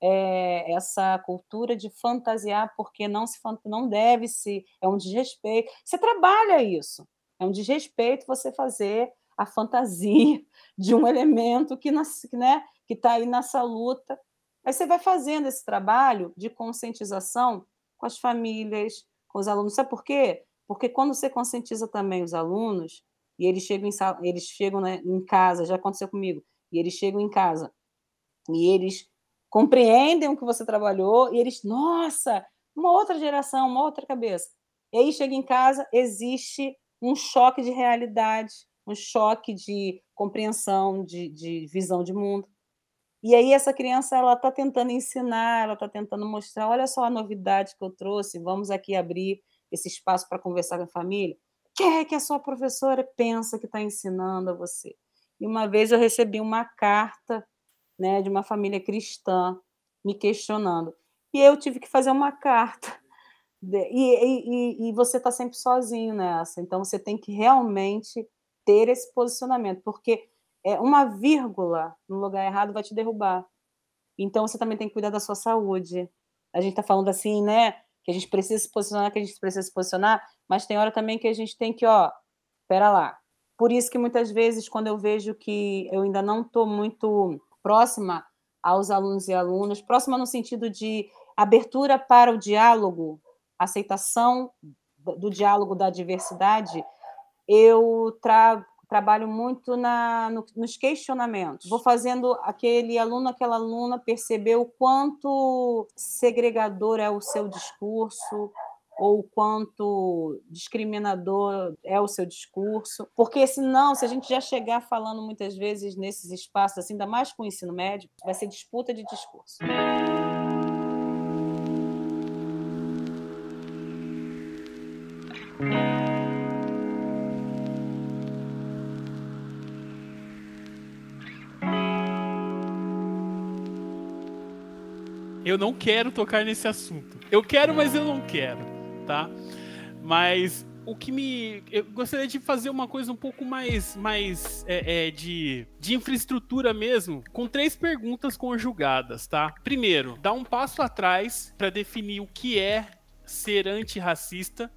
Speaker 4: essa cultura de fantasiar, porque não deve se, é um desrespeito. Você trabalha isso, é um desrespeito você fazer a fantasia de um elemento que está aí nessa luta. Aí você vai fazendo esse trabalho de conscientização com as famílias, com os alunos. Sabe por quê? Porque quando você conscientiza também os alunos, e eles chegam, né, em casa, já aconteceu comigo, e eles chegam em casa, e eles compreendem o que você trabalhou, e eles, nossa, uma outra geração, uma outra cabeça. E aí chega em casa, existe um choque de realidade, um choque de compreensão, de visão de mundo. E aí essa criança, ela está tentando ensinar, ela está tentando mostrar, olha só a novidade que eu trouxe, vamos aqui abrir esse espaço para conversar com a família. O que é que a sua professora pensa que está ensinando a você? E uma vez eu recebi uma carta, né, de uma família cristã me questionando. E eu tive que fazer uma carta. E você está sempre sozinho nessa. Então, você tem que realmente ter esse posicionamento, porque uma vírgula no lugar errado vai te derrubar. Então, você também tem que cuidar da sua saúde. A gente está falando assim, né, que a gente precisa se posicionar, mas tem hora também que a gente tem que, espera lá. Por isso que muitas vezes, quando eu vejo que eu ainda não estou muito próxima aos alunos e alunas, próxima no sentido de abertura para o diálogo, aceitação do diálogo da diversidade, eu trabalho muito nos questionamentos. Vou fazendo aquele aluno, aquela aluna perceber o quanto segregador é o seu discurso, ou o quanto discriminador é o seu discurso, porque senão, se a gente já chegar falando muitas vezes nesses espaços, assim, ainda mais com o ensino médio, vai ser disputa de discurso.
Speaker 1: Eu não quero tocar nesse assunto. Eu quero, mas eu não quero, tá? Mas eu gostaria de fazer uma coisa um pouco mais de infraestrutura mesmo, com 3 perguntas conjugadas, tá? Primeiro, dá um passo atrás para definir o que é ser antirracista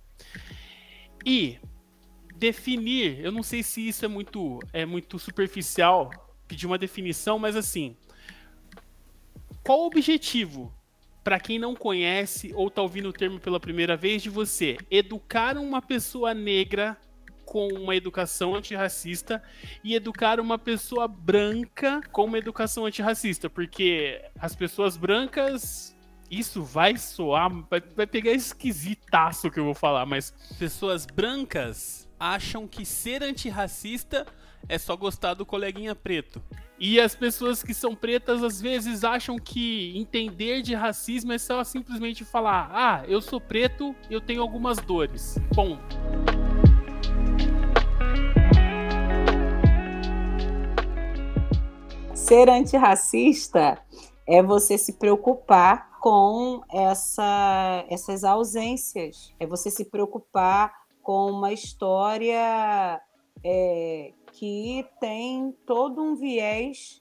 Speaker 1: e definir, eu não sei se isso é muito superficial, pedir uma definição, mas assim, qual o objetivo, para quem não conhece ou está ouvindo o termo pela primeira vez, de você educar uma pessoa negra com uma educação antirracista e educar uma pessoa branca com uma educação antirracista? Porque as pessoas brancas, isso vai soar, vai pegar esquisitaço que eu vou falar, mas pessoas brancas acham que ser antirracista é só gostar do coleguinha preto. E as pessoas que são pretas, às vezes, acham que entender de racismo é só simplesmente falar: eu sou preto, eu tenho algumas dores. Ponto.
Speaker 4: Ser antirracista é você se preocupar com essas ausências. É você se preocupar com uma história que tem todo um viés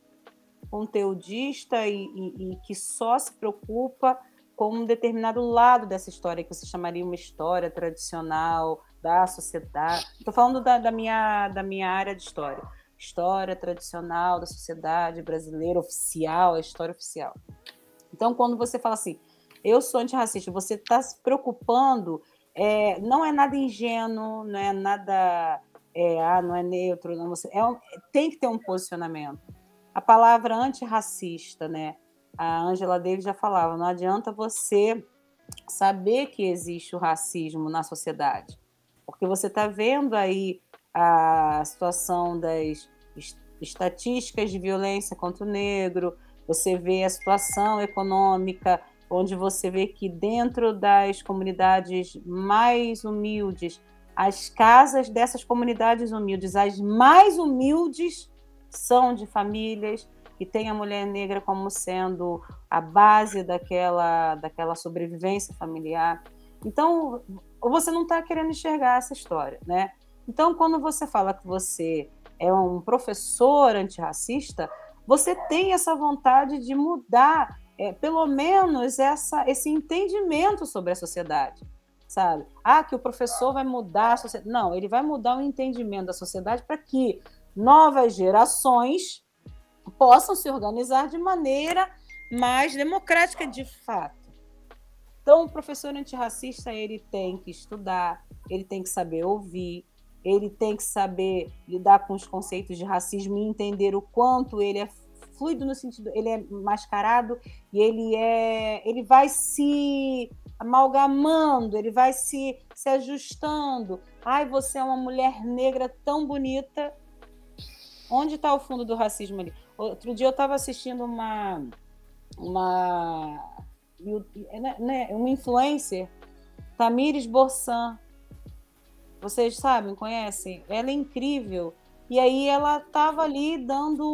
Speaker 4: conteudista e que só se preocupa com um determinado lado dessa história, que você chamaria uma história tradicional da sociedade. Estou falando da minha área de história. História tradicional da sociedade brasileira oficial, a história oficial. Então, quando você fala assim, eu sou antirracista, você está se preocupando, não é nada ingênuo, não é nada... não é neutro, não, tem que ter um posicionamento. A palavra antirracista, né? A Angela Davis já falava, não adianta você saber que existe o racismo na sociedade, porque você está vendo aí a situação das estatísticas de violência contra o negro, você vê a situação econômica, onde você vê que dentro das comunidades mais humildes, as casas dessas comunidades humildes, as mais humildes, são de famílias que têm a mulher negra como sendo a base daquela sobrevivência familiar. Então, você não está querendo enxergar essa história, né? Então, quando você fala que você é um professor antirracista, você tem essa vontade de mudar, pelo menos, esse entendimento sobre a sociedade. Sabe? Que o professor vai mudar a sociedade. Não, ele vai mudar o entendimento da sociedade para que novas gerações possam se organizar de maneira mais democrática de fato. Então, o professor antirracista, ele tem que estudar, ele tem que saber ouvir, ele tem que saber lidar com os conceitos de racismo e entender o quanto ele é fluido no sentido, ele é mascarado e ele vai se amalgamando, ele vai se ajustando. Você é uma mulher negra tão bonita, Onde está o fundo do racismo ali? Outro dia eu estava assistindo uma influencer, Tamires Borsan. Vocês sabem, conhecem? Ela é incrível. E aí ela estava ali dando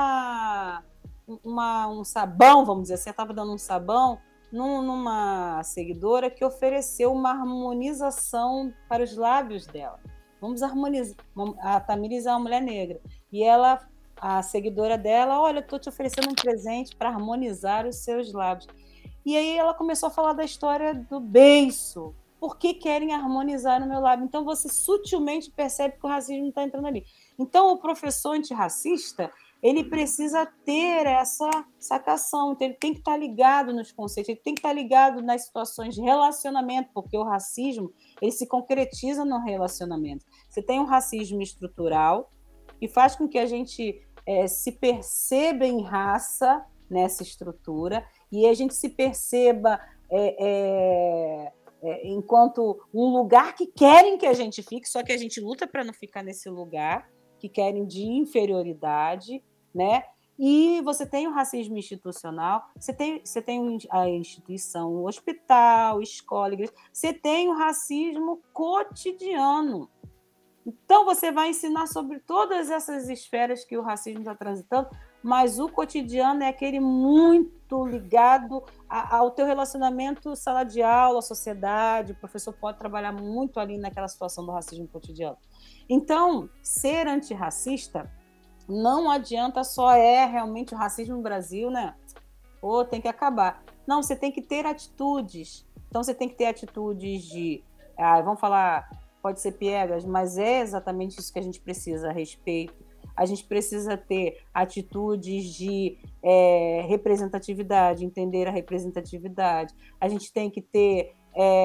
Speaker 4: um sabão, vamos dizer assim, ela estava dando um sabão numa seguidora que ofereceu uma harmonização para os lábios dela. Vamos harmonizar. A Tamires é uma mulher negra. E a seguidora dela, olha, estou te oferecendo um presente para harmonizar os seus lábios. E aí ela começou a falar da história do beiço. Por que querem harmonizar no meu lábio? Então você sutilmente percebe que o racismo está entrando ali. Então o professor antirracista, ele precisa ter essa sacação, então ele tem que estar ligado nos conceitos, ele tem que estar ligado nas situações de relacionamento, porque o racismo ele se concretiza no relacionamento. Você tem um racismo estrutural, que faz com que a gente se perceba em raça nessa estrutura, e a gente se perceba enquanto um lugar que querem que a gente fique, só que a gente luta para não ficar nesse lugar, que querem de inferioridade, né? E você tem o racismo institucional, você tem a instituição, o hospital, escola, igreja, você tem o racismo cotidiano. Então, você vai ensinar sobre todas essas esferas que o racismo está transitando, mas o cotidiano é aquele muito ligado ao teu relacionamento, sala de aula, sociedade. O professor pode trabalhar muito ali naquela situação do racismo cotidiano. Então, ser antirracista não adianta só realmente o racismo no Brasil, né? Ou tem que acabar. Não, você tem que ter atitudes. Então, você tem que ter atitudes de... vamos falar... Pode ser piegas, mas é exatamente isso que a gente precisa a respeito. A gente precisa ter atitudes de representatividade, entender a representatividade. A gente tem que ter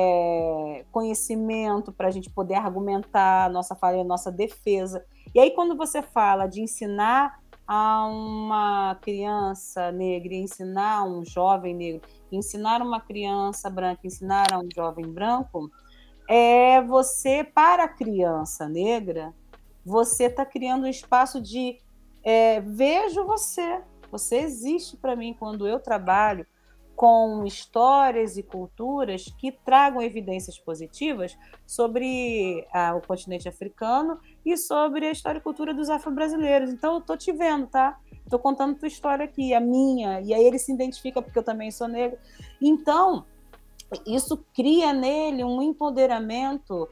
Speaker 4: conhecimento para a gente poder argumentar a nossa fala e a nossa defesa. E aí, quando você fala de ensinar a uma criança negra, ensinar a um jovem negro, ensinar uma criança branca, ensinar a um jovem branco... você, para a criança negra, você está criando um espaço de vejo você existe para mim quando eu trabalho com histórias e culturas que tragam evidências positivas sobre o continente africano e sobre a história e cultura dos afro-brasileiros. Então, eu estou te vendo, tá? Estou contando tua história aqui, a minha, e aí ele se identifica porque eu também sou negra. Então, isso cria nele um empoderamento,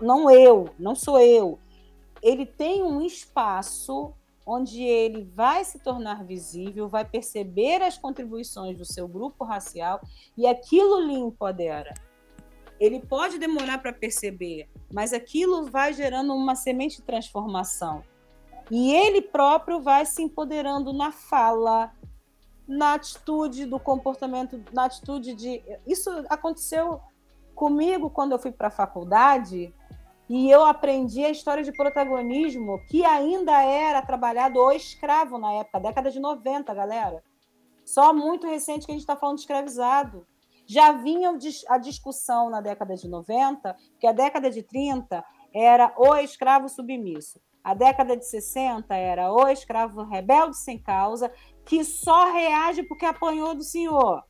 Speaker 4: não sou eu. Ele tem um espaço onde ele vai se tornar visível, vai perceber as contribuições do seu grupo racial e aquilo lhe empodera. Ele pode demorar para perceber, mas aquilo vai gerando uma semente de transformação. E ele próprio vai se empoderando na fala, na atitude do comportamento, na atitude de... Isso aconteceu comigo quando eu fui para a faculdade e eu aprendi a história de protagonismo, que ainda era trabalhado o escravo na época, década de 90, galera. Só muito recente que a gente está falando de escravizado. Já vinha a discussão na década de 90, que a década de 30 era o escravo submisso. A década de 60 era o escravo rebelde sem causa, que só reage porque apanhou do senhor.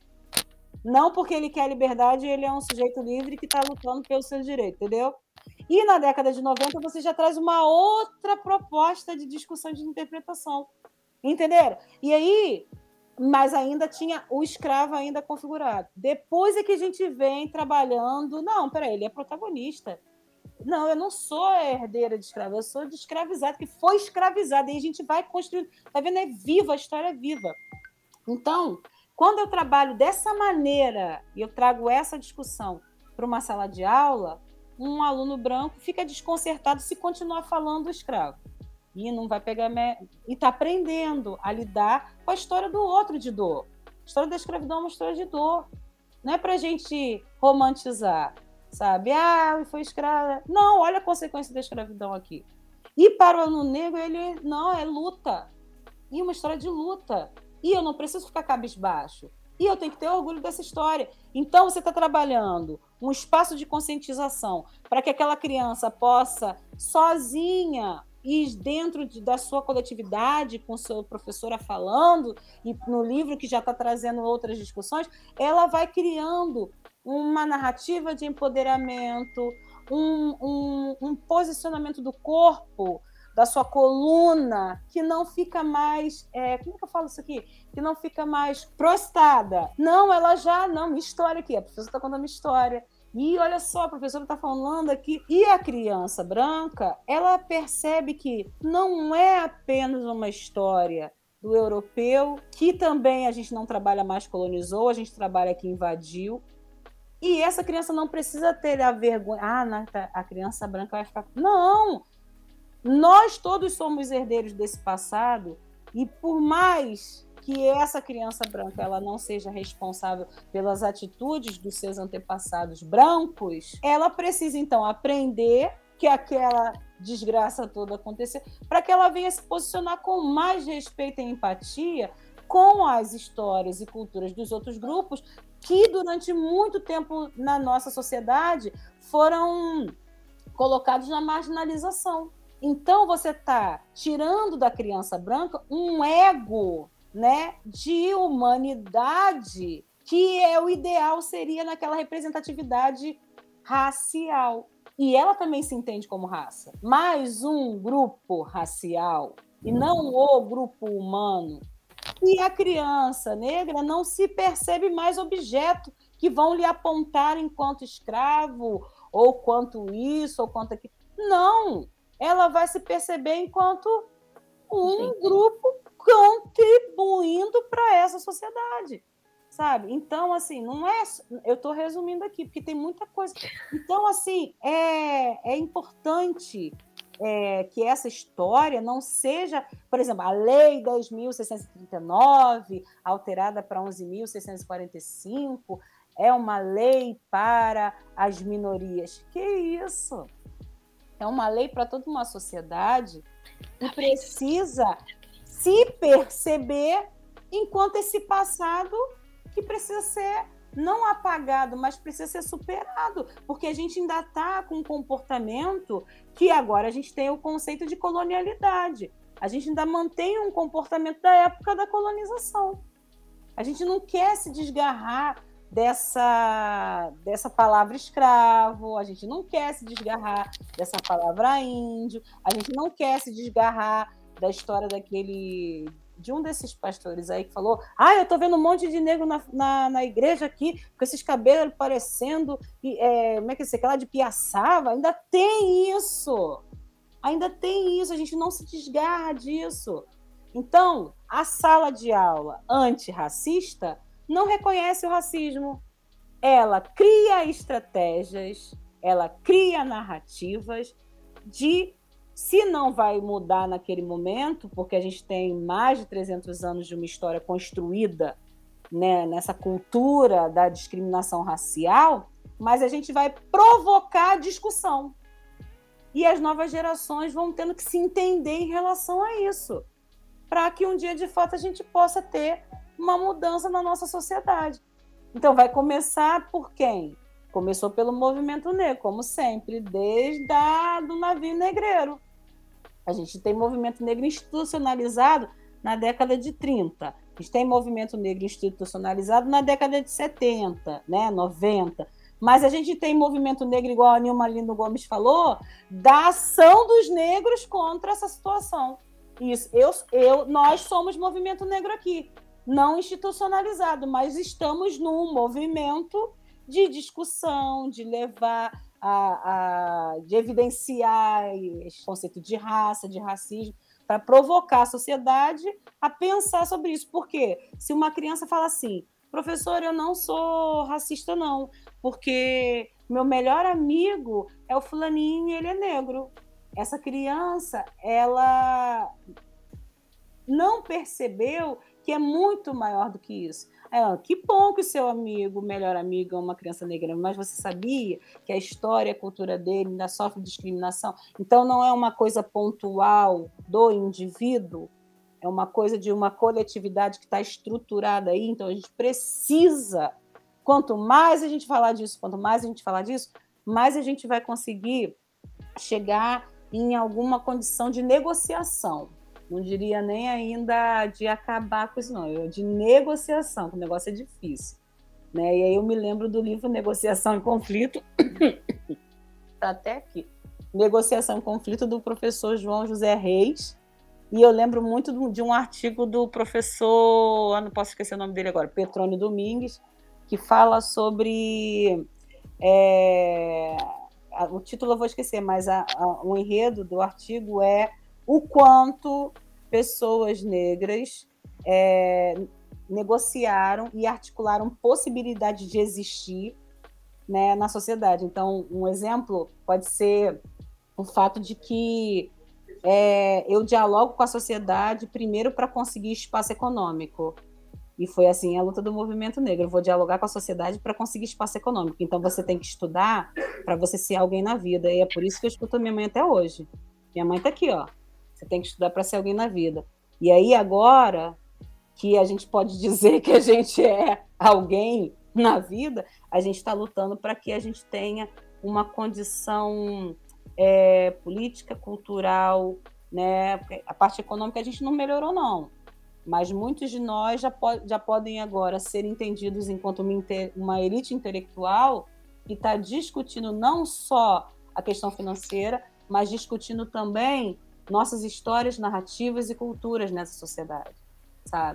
Speaker 4: Não porque ele quer liberdade, ele é um sujeito livre que está lutando pelo seu direito, entendeu? E na década de 90 você já traz uma outra proposta de discussão de interpretação. Entenderam? E aí, mas ainda tinha o escravo ainda configurado. Depois é que a gente vem trabalhando... Não, peraí, ele é protagonista. Não, eu não sou herdeira de escravo, eu sou de escravizado, que foi escravizado. E a gente vai construindo. Tá vendo? É viva, a história é viva. Então, quando eu trabalho dessa maneira e eu trago essa discussão para uma sala de aula, um aluno branco fica desconcertado se continuar falando do escravo. E não vai pegar... E está aprendendo a lidar com a história do outro de dor. A história da escravidão é uma história de dor. Não é para a gente romantizar. Sabe? Foi escravo. Não, olha a consequência da escravidão aqui. E para o aluno negro, ele... Não, é luta. E uma história de luta. E eu não preciso ficar cabisbaixo. E eu tenho que ter orgulho dessa história. Então, você está trabalhando um espaço de conscientização para que aquela criança possa, sozinha, e dentro da sua coletividade, com sua professora falando, e no livro que já está trazendo outras discussões, ela vai criando uma narrativa de empoderamento, um posicionamento do corpo, da sua coluna, que não fica mais... como que eu falo isso aqui? Que não fica mais prostrada. Não, ela já... Não, minha história aqui. A professora está contando a minha história. E olha só, a professora está falando aqui. E a criança branca, ela percebe que não é apenas uma história do europeu, que também a gente não trabalha mais colonizou, a gente trabalha que invadiu. E essa criança não precisa ter a vergonha. A criança branca vai ficar... Não! Nós todos somos herdeiros desse passado, e por mais que essa criança branca ela não seja responsável pelas atitudes dos seus antepassados brancos, ela precisa, então, aprender que aquela desgraça toda aconteceu, para que ela venha se posicionar com mais respeito e empatia com as histórias e culturas dos outros grupos que, durante muito tempo na nossa sociedade, foram colocados na marginalização. Então, você está tirando da criança branca um ego, né, de humanidade, que o ideal seria naquela representatividade racial. E ela também se entende como raça. Mas um grupo racial, e não o grupo humano. E a criança negra não se percebe mais objeto que vão lhe apontar enquanto escravo, ou quanto isso, ou quanto aquilo. Não! Ela vai se perceber enquanto um grupo contribuindo para essa sociedade, sabe? Então, assim, não é... Eu estou resumindo aqui, porque tem muita coisa. Então, assim, é importante que essa história não seja... Por exemplo, a Lei 10.639, alterada para 11.645, é uma lei para as minorias. Que isso? É uma lei para toda uma sociedade e precisa se perceber enquanto esse passado que precisa ser não apagado, mas precisa ser superado, porque a gente ainda está com um comportamento que agora a gente tem o conceito de colonialidade. A gente ainda mantém um comportamento da época da colonização. A gente não quer se desgarrar dessa palavra escravo, a gente não quer se desgarrar dessa palavra índio, a gente não quer se desgarrar da história de um desses pastores aí que falou: eu tô vendo um monte de negro na igreja aqui, com esses cabelos parecendo, como é que é, aquela de piaçava. Ainda tem isso, a gente não se desgarra disso. Então, a sala de aula antirracista não reconhece o racismo. Ela cria estratégias, ela cria narrativas de, se não vai mudar naquele momento, porque a gente tem mais de 300 anos de uma história construída, né, nessa cultura da discriminação racial, mas a gente vai provocar discussão. E as novas gerações vão tendo que se entender em relação a isso, para que um dia, de fato, a gente possa ter uma mudança na nossa sociedade. Então, vai começar por quem? Começou pelo movimento negro, como sempre, desde do navio negreiro. A gente tem movimento negro institucionalizado na década de 30. A gente tem movimento negro institucionalizado na década de 70, né, 90. Mas a gente tem movimento negro, igual a Nilma Lindo Gomes falou, da ação dos negros contra essa situação. Isso. Nós somos movimento negro aqui. Não institucionalizado, mas estamos num movimento de discussão, de levar, de evidenciar esse conceito de raça, de racismo, para provocar a sociedade a pensar sobre isso. Por quê? Se uma criança fala assim: professor, eu não sou racista não, porque meu melhor amigo é o fulaninho e ele é negro. Essa criança, ela não percebeu que é muito maior do que isso. Que bom que o seu amigo, melhor amigo, é uma criança negra, mas você sabia que a história e a cultura dele ainda sofre discriminação? Então, não é uma coisa pontual do indivíduo, é uma coisa de uma coletividade que está estruturada aí. Então, a gente precisa, quanto mais a gente falar disso, mais a gente vai conseguir chegar em alguma condição de negociação. Não diria nem ainda de acabar com isso, não. De negociação, que o negócio é difícil. Né? E aí eu me lembro do livro Negociação e Conflito, está até aqui, Negociação e Conflito, do professor João José Reis, e eu lembro muito de um artigo do professor, não posso esquecer o nome dele agora, Petrônio Domingues, que fala sobre, o título eu vou esquecer, mas o enredo do artigo é o quanto pessoas negras negociaram e articularam possibilidade de existir, né, na sociedade. Então, um exemplo pode ser o fato de que eu dialogo com a sociedade primeiro para conseguir espaço econômico. E foi assim a luta do movimento negro. Eu vou dialogar com a sociedade para conseguir espaço econômico. Então, você tem que estudar para você ser alguém na vida. E é por isso que eu escuto a minha mãe até hoje. Minha mãe está aqui, ó. Você tem que estudar para ser alguém na vida. E aí, agora que a gente pode dizer que a gente é alguém na vida, a gente está lutando para que a gente tenha uma condição política, cultural, né? A parte econômica a gente não melhorou, não. Mas muitos de nós já podem agora ser entendidos enquanto uma elite intelectual que está discutindo não só a questão financeira, mas discutindo também nossas histórias, narrativas e culturas nessa sociedade, sabe?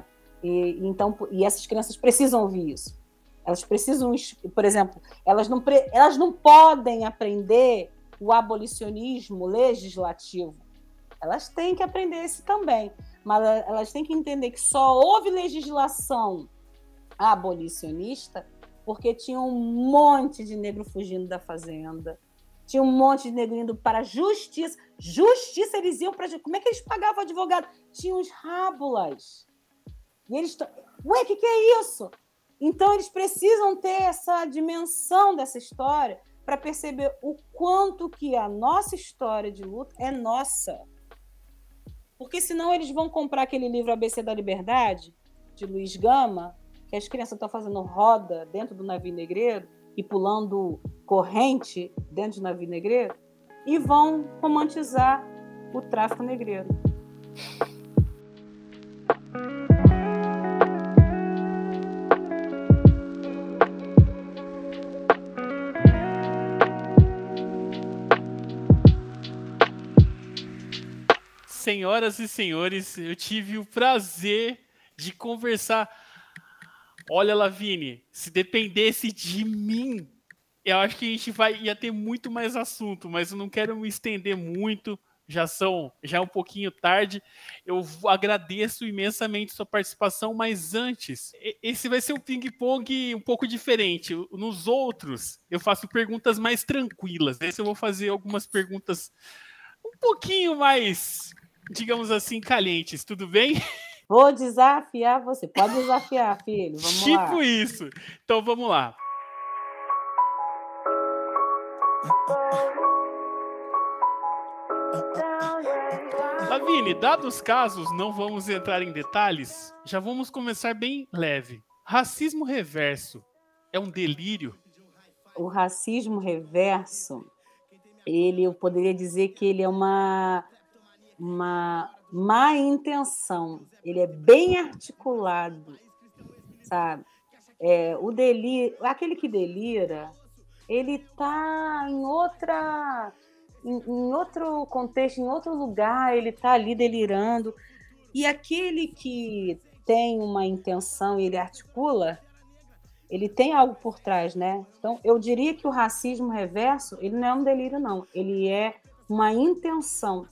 Speaker 4: E essas crianças precisam ouvir isso. Elas precisam, por exemplo, elas não podem aprender o abolicionismo legislativo. Elas têm que aprender esse também, mas elas têm que entender que só houve legislação abolicionista porque tinha um monte de negro fugindo da fazenda, tinha um monte de negro indo para a justiça. Justiça, eles iam para... Como é que eles pagavam advogado? Tinha os rábulas. E eles... Ué, o que é isso? Então, eles precisam ter essa dimensão dessa história para perceber o quanto que a nossa história de luta é nossa. Porque senão eles vão comprar aquele livro ABC da Liberdade, de Luiz Gama, que as crianças estão fazendo roda dentro do navio negreiro e pulando corrente dentro do navio negreiro, e vão romantizar o tráfico negreiro.
Speaker 1: Senhoras e senhores, eu tive o prazer de conversar. Olha, Lavínia, se dependesse de mim, eu acho que a gente ia ter muito mais assunto, mas eu não quero me estender muito, já é um pouquinho tarde. Eu agradeço imensamente sua participação, mas antes, esse vai ser um ping-pong um pouco diferente. Nos outros, eu faço perguntas mais tranquilas. Nesse eu vou fazer algumas perguntas um pouquinho mais, digamos assim, calientes, tudo bem?
Speaker 4: Vou desafiar você. Pode desafiar, filho. Vamos lá.
Speaker 1: Tipo isso. Então, vamos lá. Lavínia, dados os casos, não vamos entrar em detalhes, já vamos começar bem leve. Racismo reverso é um delírio?
Speaker 4: O racismo reverso, eu poderia dizer que ele é uma má intenção. Ele é bem articulado, sabe? O delírio, aquele que delira, ele está em outro contexto, em outro lugar, ele está ali delirando. E aquele que tem uma intenção e ele articula, ele tem algo por trás, né? Então, eu diria que o racismo reverso, ele não é um delírio, não. Ele é uma intenção.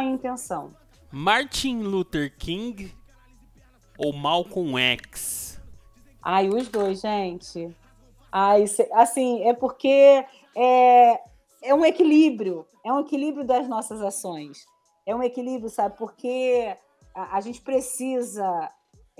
Speaker 1: Martin Luther King ou Malcolm X?
Speaker 4: Ai, os dois, gente. Ai, assim, é porque é um equilíbrio das nossas ações. É um equilíbrio, sabe? Porque a gente precisa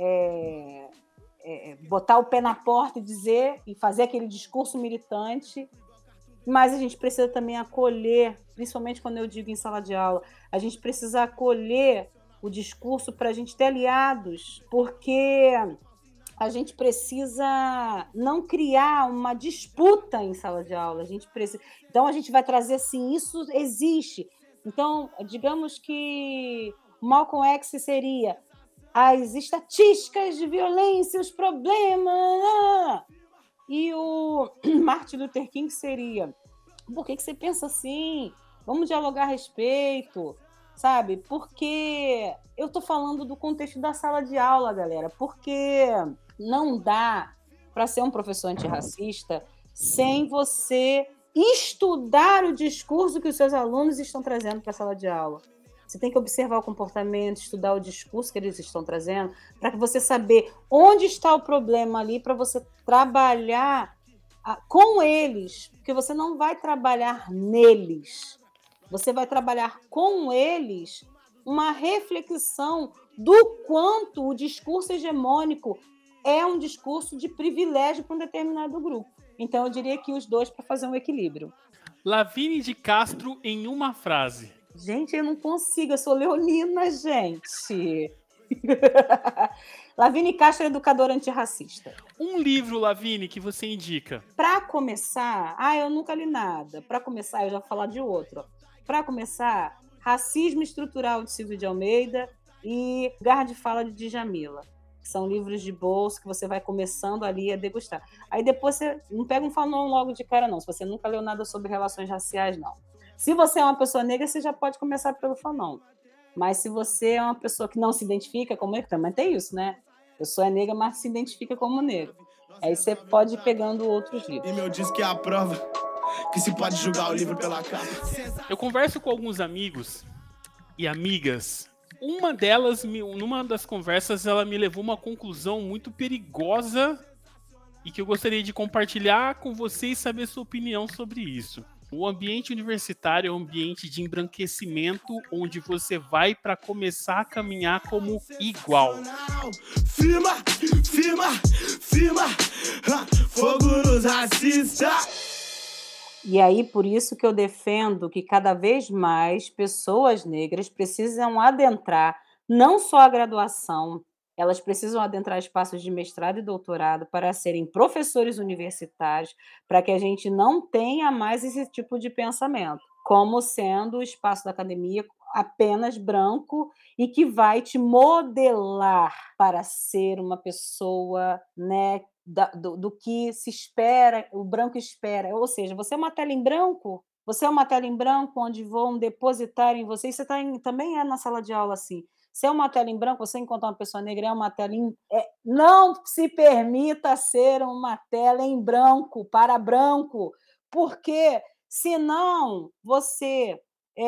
Speaker 4: botar o pé na porta e dizer, e fazer aquele discurso militante, mas a gente precisa também acolher, principalmente quando eu digo em sala de aula, a gente precisa acolher o discurso para a gente ter aliados, porque a gente precisa não criar uma disputa em sala de aula. Então, a gente vai trazer assim, isso existe. Então, digamos que Malcolm X seria as estatísticas de violência, os problemas. E o Martin Luther King seria: por que você pensa assim? Vamos dialogar a respeito, sabe? Porque eu estou falando do contexto da sala de aula, galera, porque não dá para ser um professor antirracista sem você estudar o discurso que os seus alunos estão trazendo para a sala de aula. Você tem que observar o comportamento, estudar o discurso que eles estão trazendo, para que você saber onde está o problema ali, para você trabalhar com eles, porque você não vai trabalhar neles, você vai trabalhar com eles uma reflexão do quanto o discurso hegemônico é um discurso de privilégio para um determinado grupo. Então, eu diria que os dois para fazer um equilíbrio.
Speaker 1: Lavínia de Castro em uma frase.
Speaker 4: Gente, eu não consigo, eu sou leonina, gente. Lavínia Castro é educadora antirracista.
Speaker 1: Um livro, Lavínia, que você indica?
Speaker 4: Para começar, eu nunca li nada. Para começar, eu já vou falar de outro. Para começar, Racismo Estrutural, de Silvio de Almeida, e Lugar de Fala, de Djamila. São livros de bolso que você vai começando ali a degustar. Aí depois você não pega um fanon logo de cara, não. Se você nunca leu nada sobre relações raciais, não. Se você é uma pessoa negra, você já pode começar pelo fanon. Mas se você é uma pessoa que não se identifica como negra, também tem isso, né? A pessoa é negra, mas se identifica como negro. Aí você pode ir pegando outros livros.
Speaker 8: E meu diz que é a prova que se pode julgar o livro pela capa.
Speaker 1: Eu converso com alguns amigos e amigas. Uma delas, numa das conversas, ela me levou a uma conclusão muito perigosa e que eu gostaria de compartilhar com vocês e saber sua opinião sobre isso. O ambiente universitário é um ambiente de embranquecimento onde você vai para começar a caminhar como igual.
Speaker 8: Firma, firma, firma, fogo nos racistas.
Speaker 4: E aí, por isso que eu defendo que cada vez mais pessoas negras precisam adentrar não só a graduação, elas precisam adentrar espaços de mestrado e doutorado para serem professores universitários, para que a gente não tenha mais esse tipo de pensamento, como sendo o espaço da academia apenas branco e que vai te modelar para ser uma pessoa, né, do que se espera, o branco espera. Ou seja, você é uma tela em branco? Você é uma tela em branco onde vão depositar em você, e você também é na sala de aula assim. Se é uma tela em branco, você encontrar uma pessoa negra, é uma tela em... não se permita ser uma tela em branco, para branco, porque senão você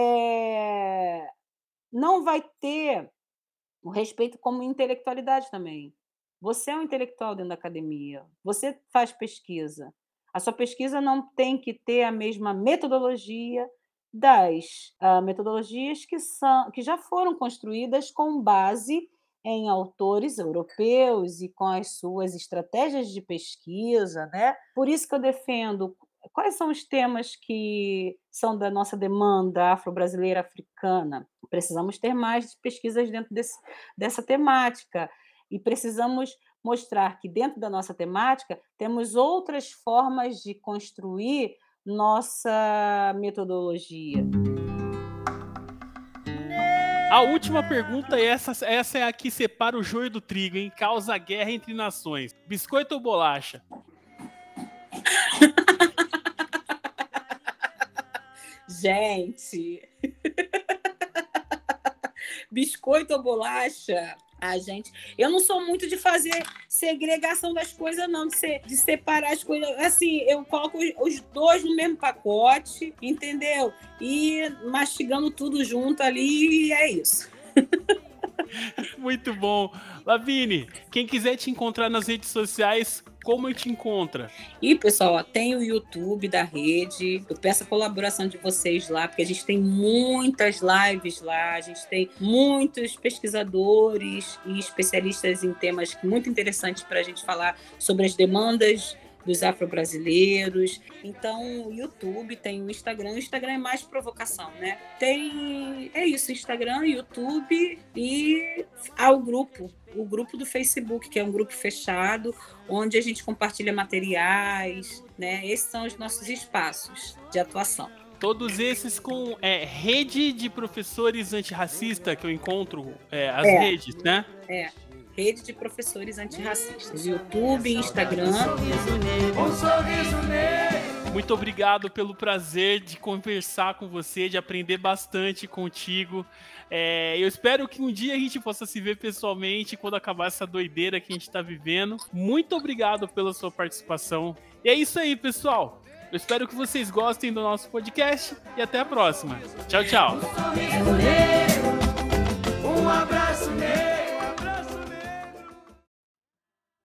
Speaker 4: não vai ter o respeito como intelectualidade também. Você é um intelectual dentro da academia, você faz pesquisa. A sua pesquisa não tem que ter a mesma metodologia das metodologias que já foram construídas com base em autores europeus e com as suas estratégias de pesquisa, né? Por isso que eu defendo quais são os temas que são da nossa demanda afro-brasileira africana. Precisamos ter mais pesquisas dentro dessa temática e precisamos mostrar que dentro da nossa temática temos outras formas de construir nossa metodologia.
Speaker 1: A última pergunta, essa é a que separa o joio do trigo, hein? Causa guerra entre nações. Biscoito ou bolacha?
Speaker 4: Gente, biscoito ou bolacha? Gente, eu não sou muito de fazer segregação das coisas, não, de separar as coisas. Assim, eu coloco os dois no mesmo pacote, entendeu? E mastigando tudo junto ali, e é isso.
Speaker 1: Muito bom. Lavínia, quem quiser te encontrar nas redes sociais, como te encontra?
Speaker 4: E, pessoal, tem o YouTube da rede. Eu peço a colaboração de vocês lá, porque a gente tem muitas lives lá, a gente tem muitos pesquisadores e especialistas em temas muito interessantes para a gente falar sobre as demandas dos afro-brasileiros. Então, o YouTube, tem o Instagram. O Instagram é mais provocação, né? É isso, Instagram, YouTube e o grupo do Facebook, que é um grupo fechado, onde a gente compartilha materiais, né? Esses são os nossos espaços de atuação.
Speaker 1: Todos esses com rede de professores antirracista que eu encontro, as redes, né?
Speaker 10: Rede de professores antirracistas. YouTube, Instagram.
Speaker 1: Muito obrigado pelo prazer de conversar com você, de aprender bastante contigo. Eu espero que um dia a gente possa se ver pessoalmente quando acabar essa doideira que a gente está vivendo. Muito obrigado pela sua participação. E é isso aí, pessoal. Eu espero que vocês gostem do nosso podcast e até a próxima. Tchau, tchau.
Speaker 11: Um abraço.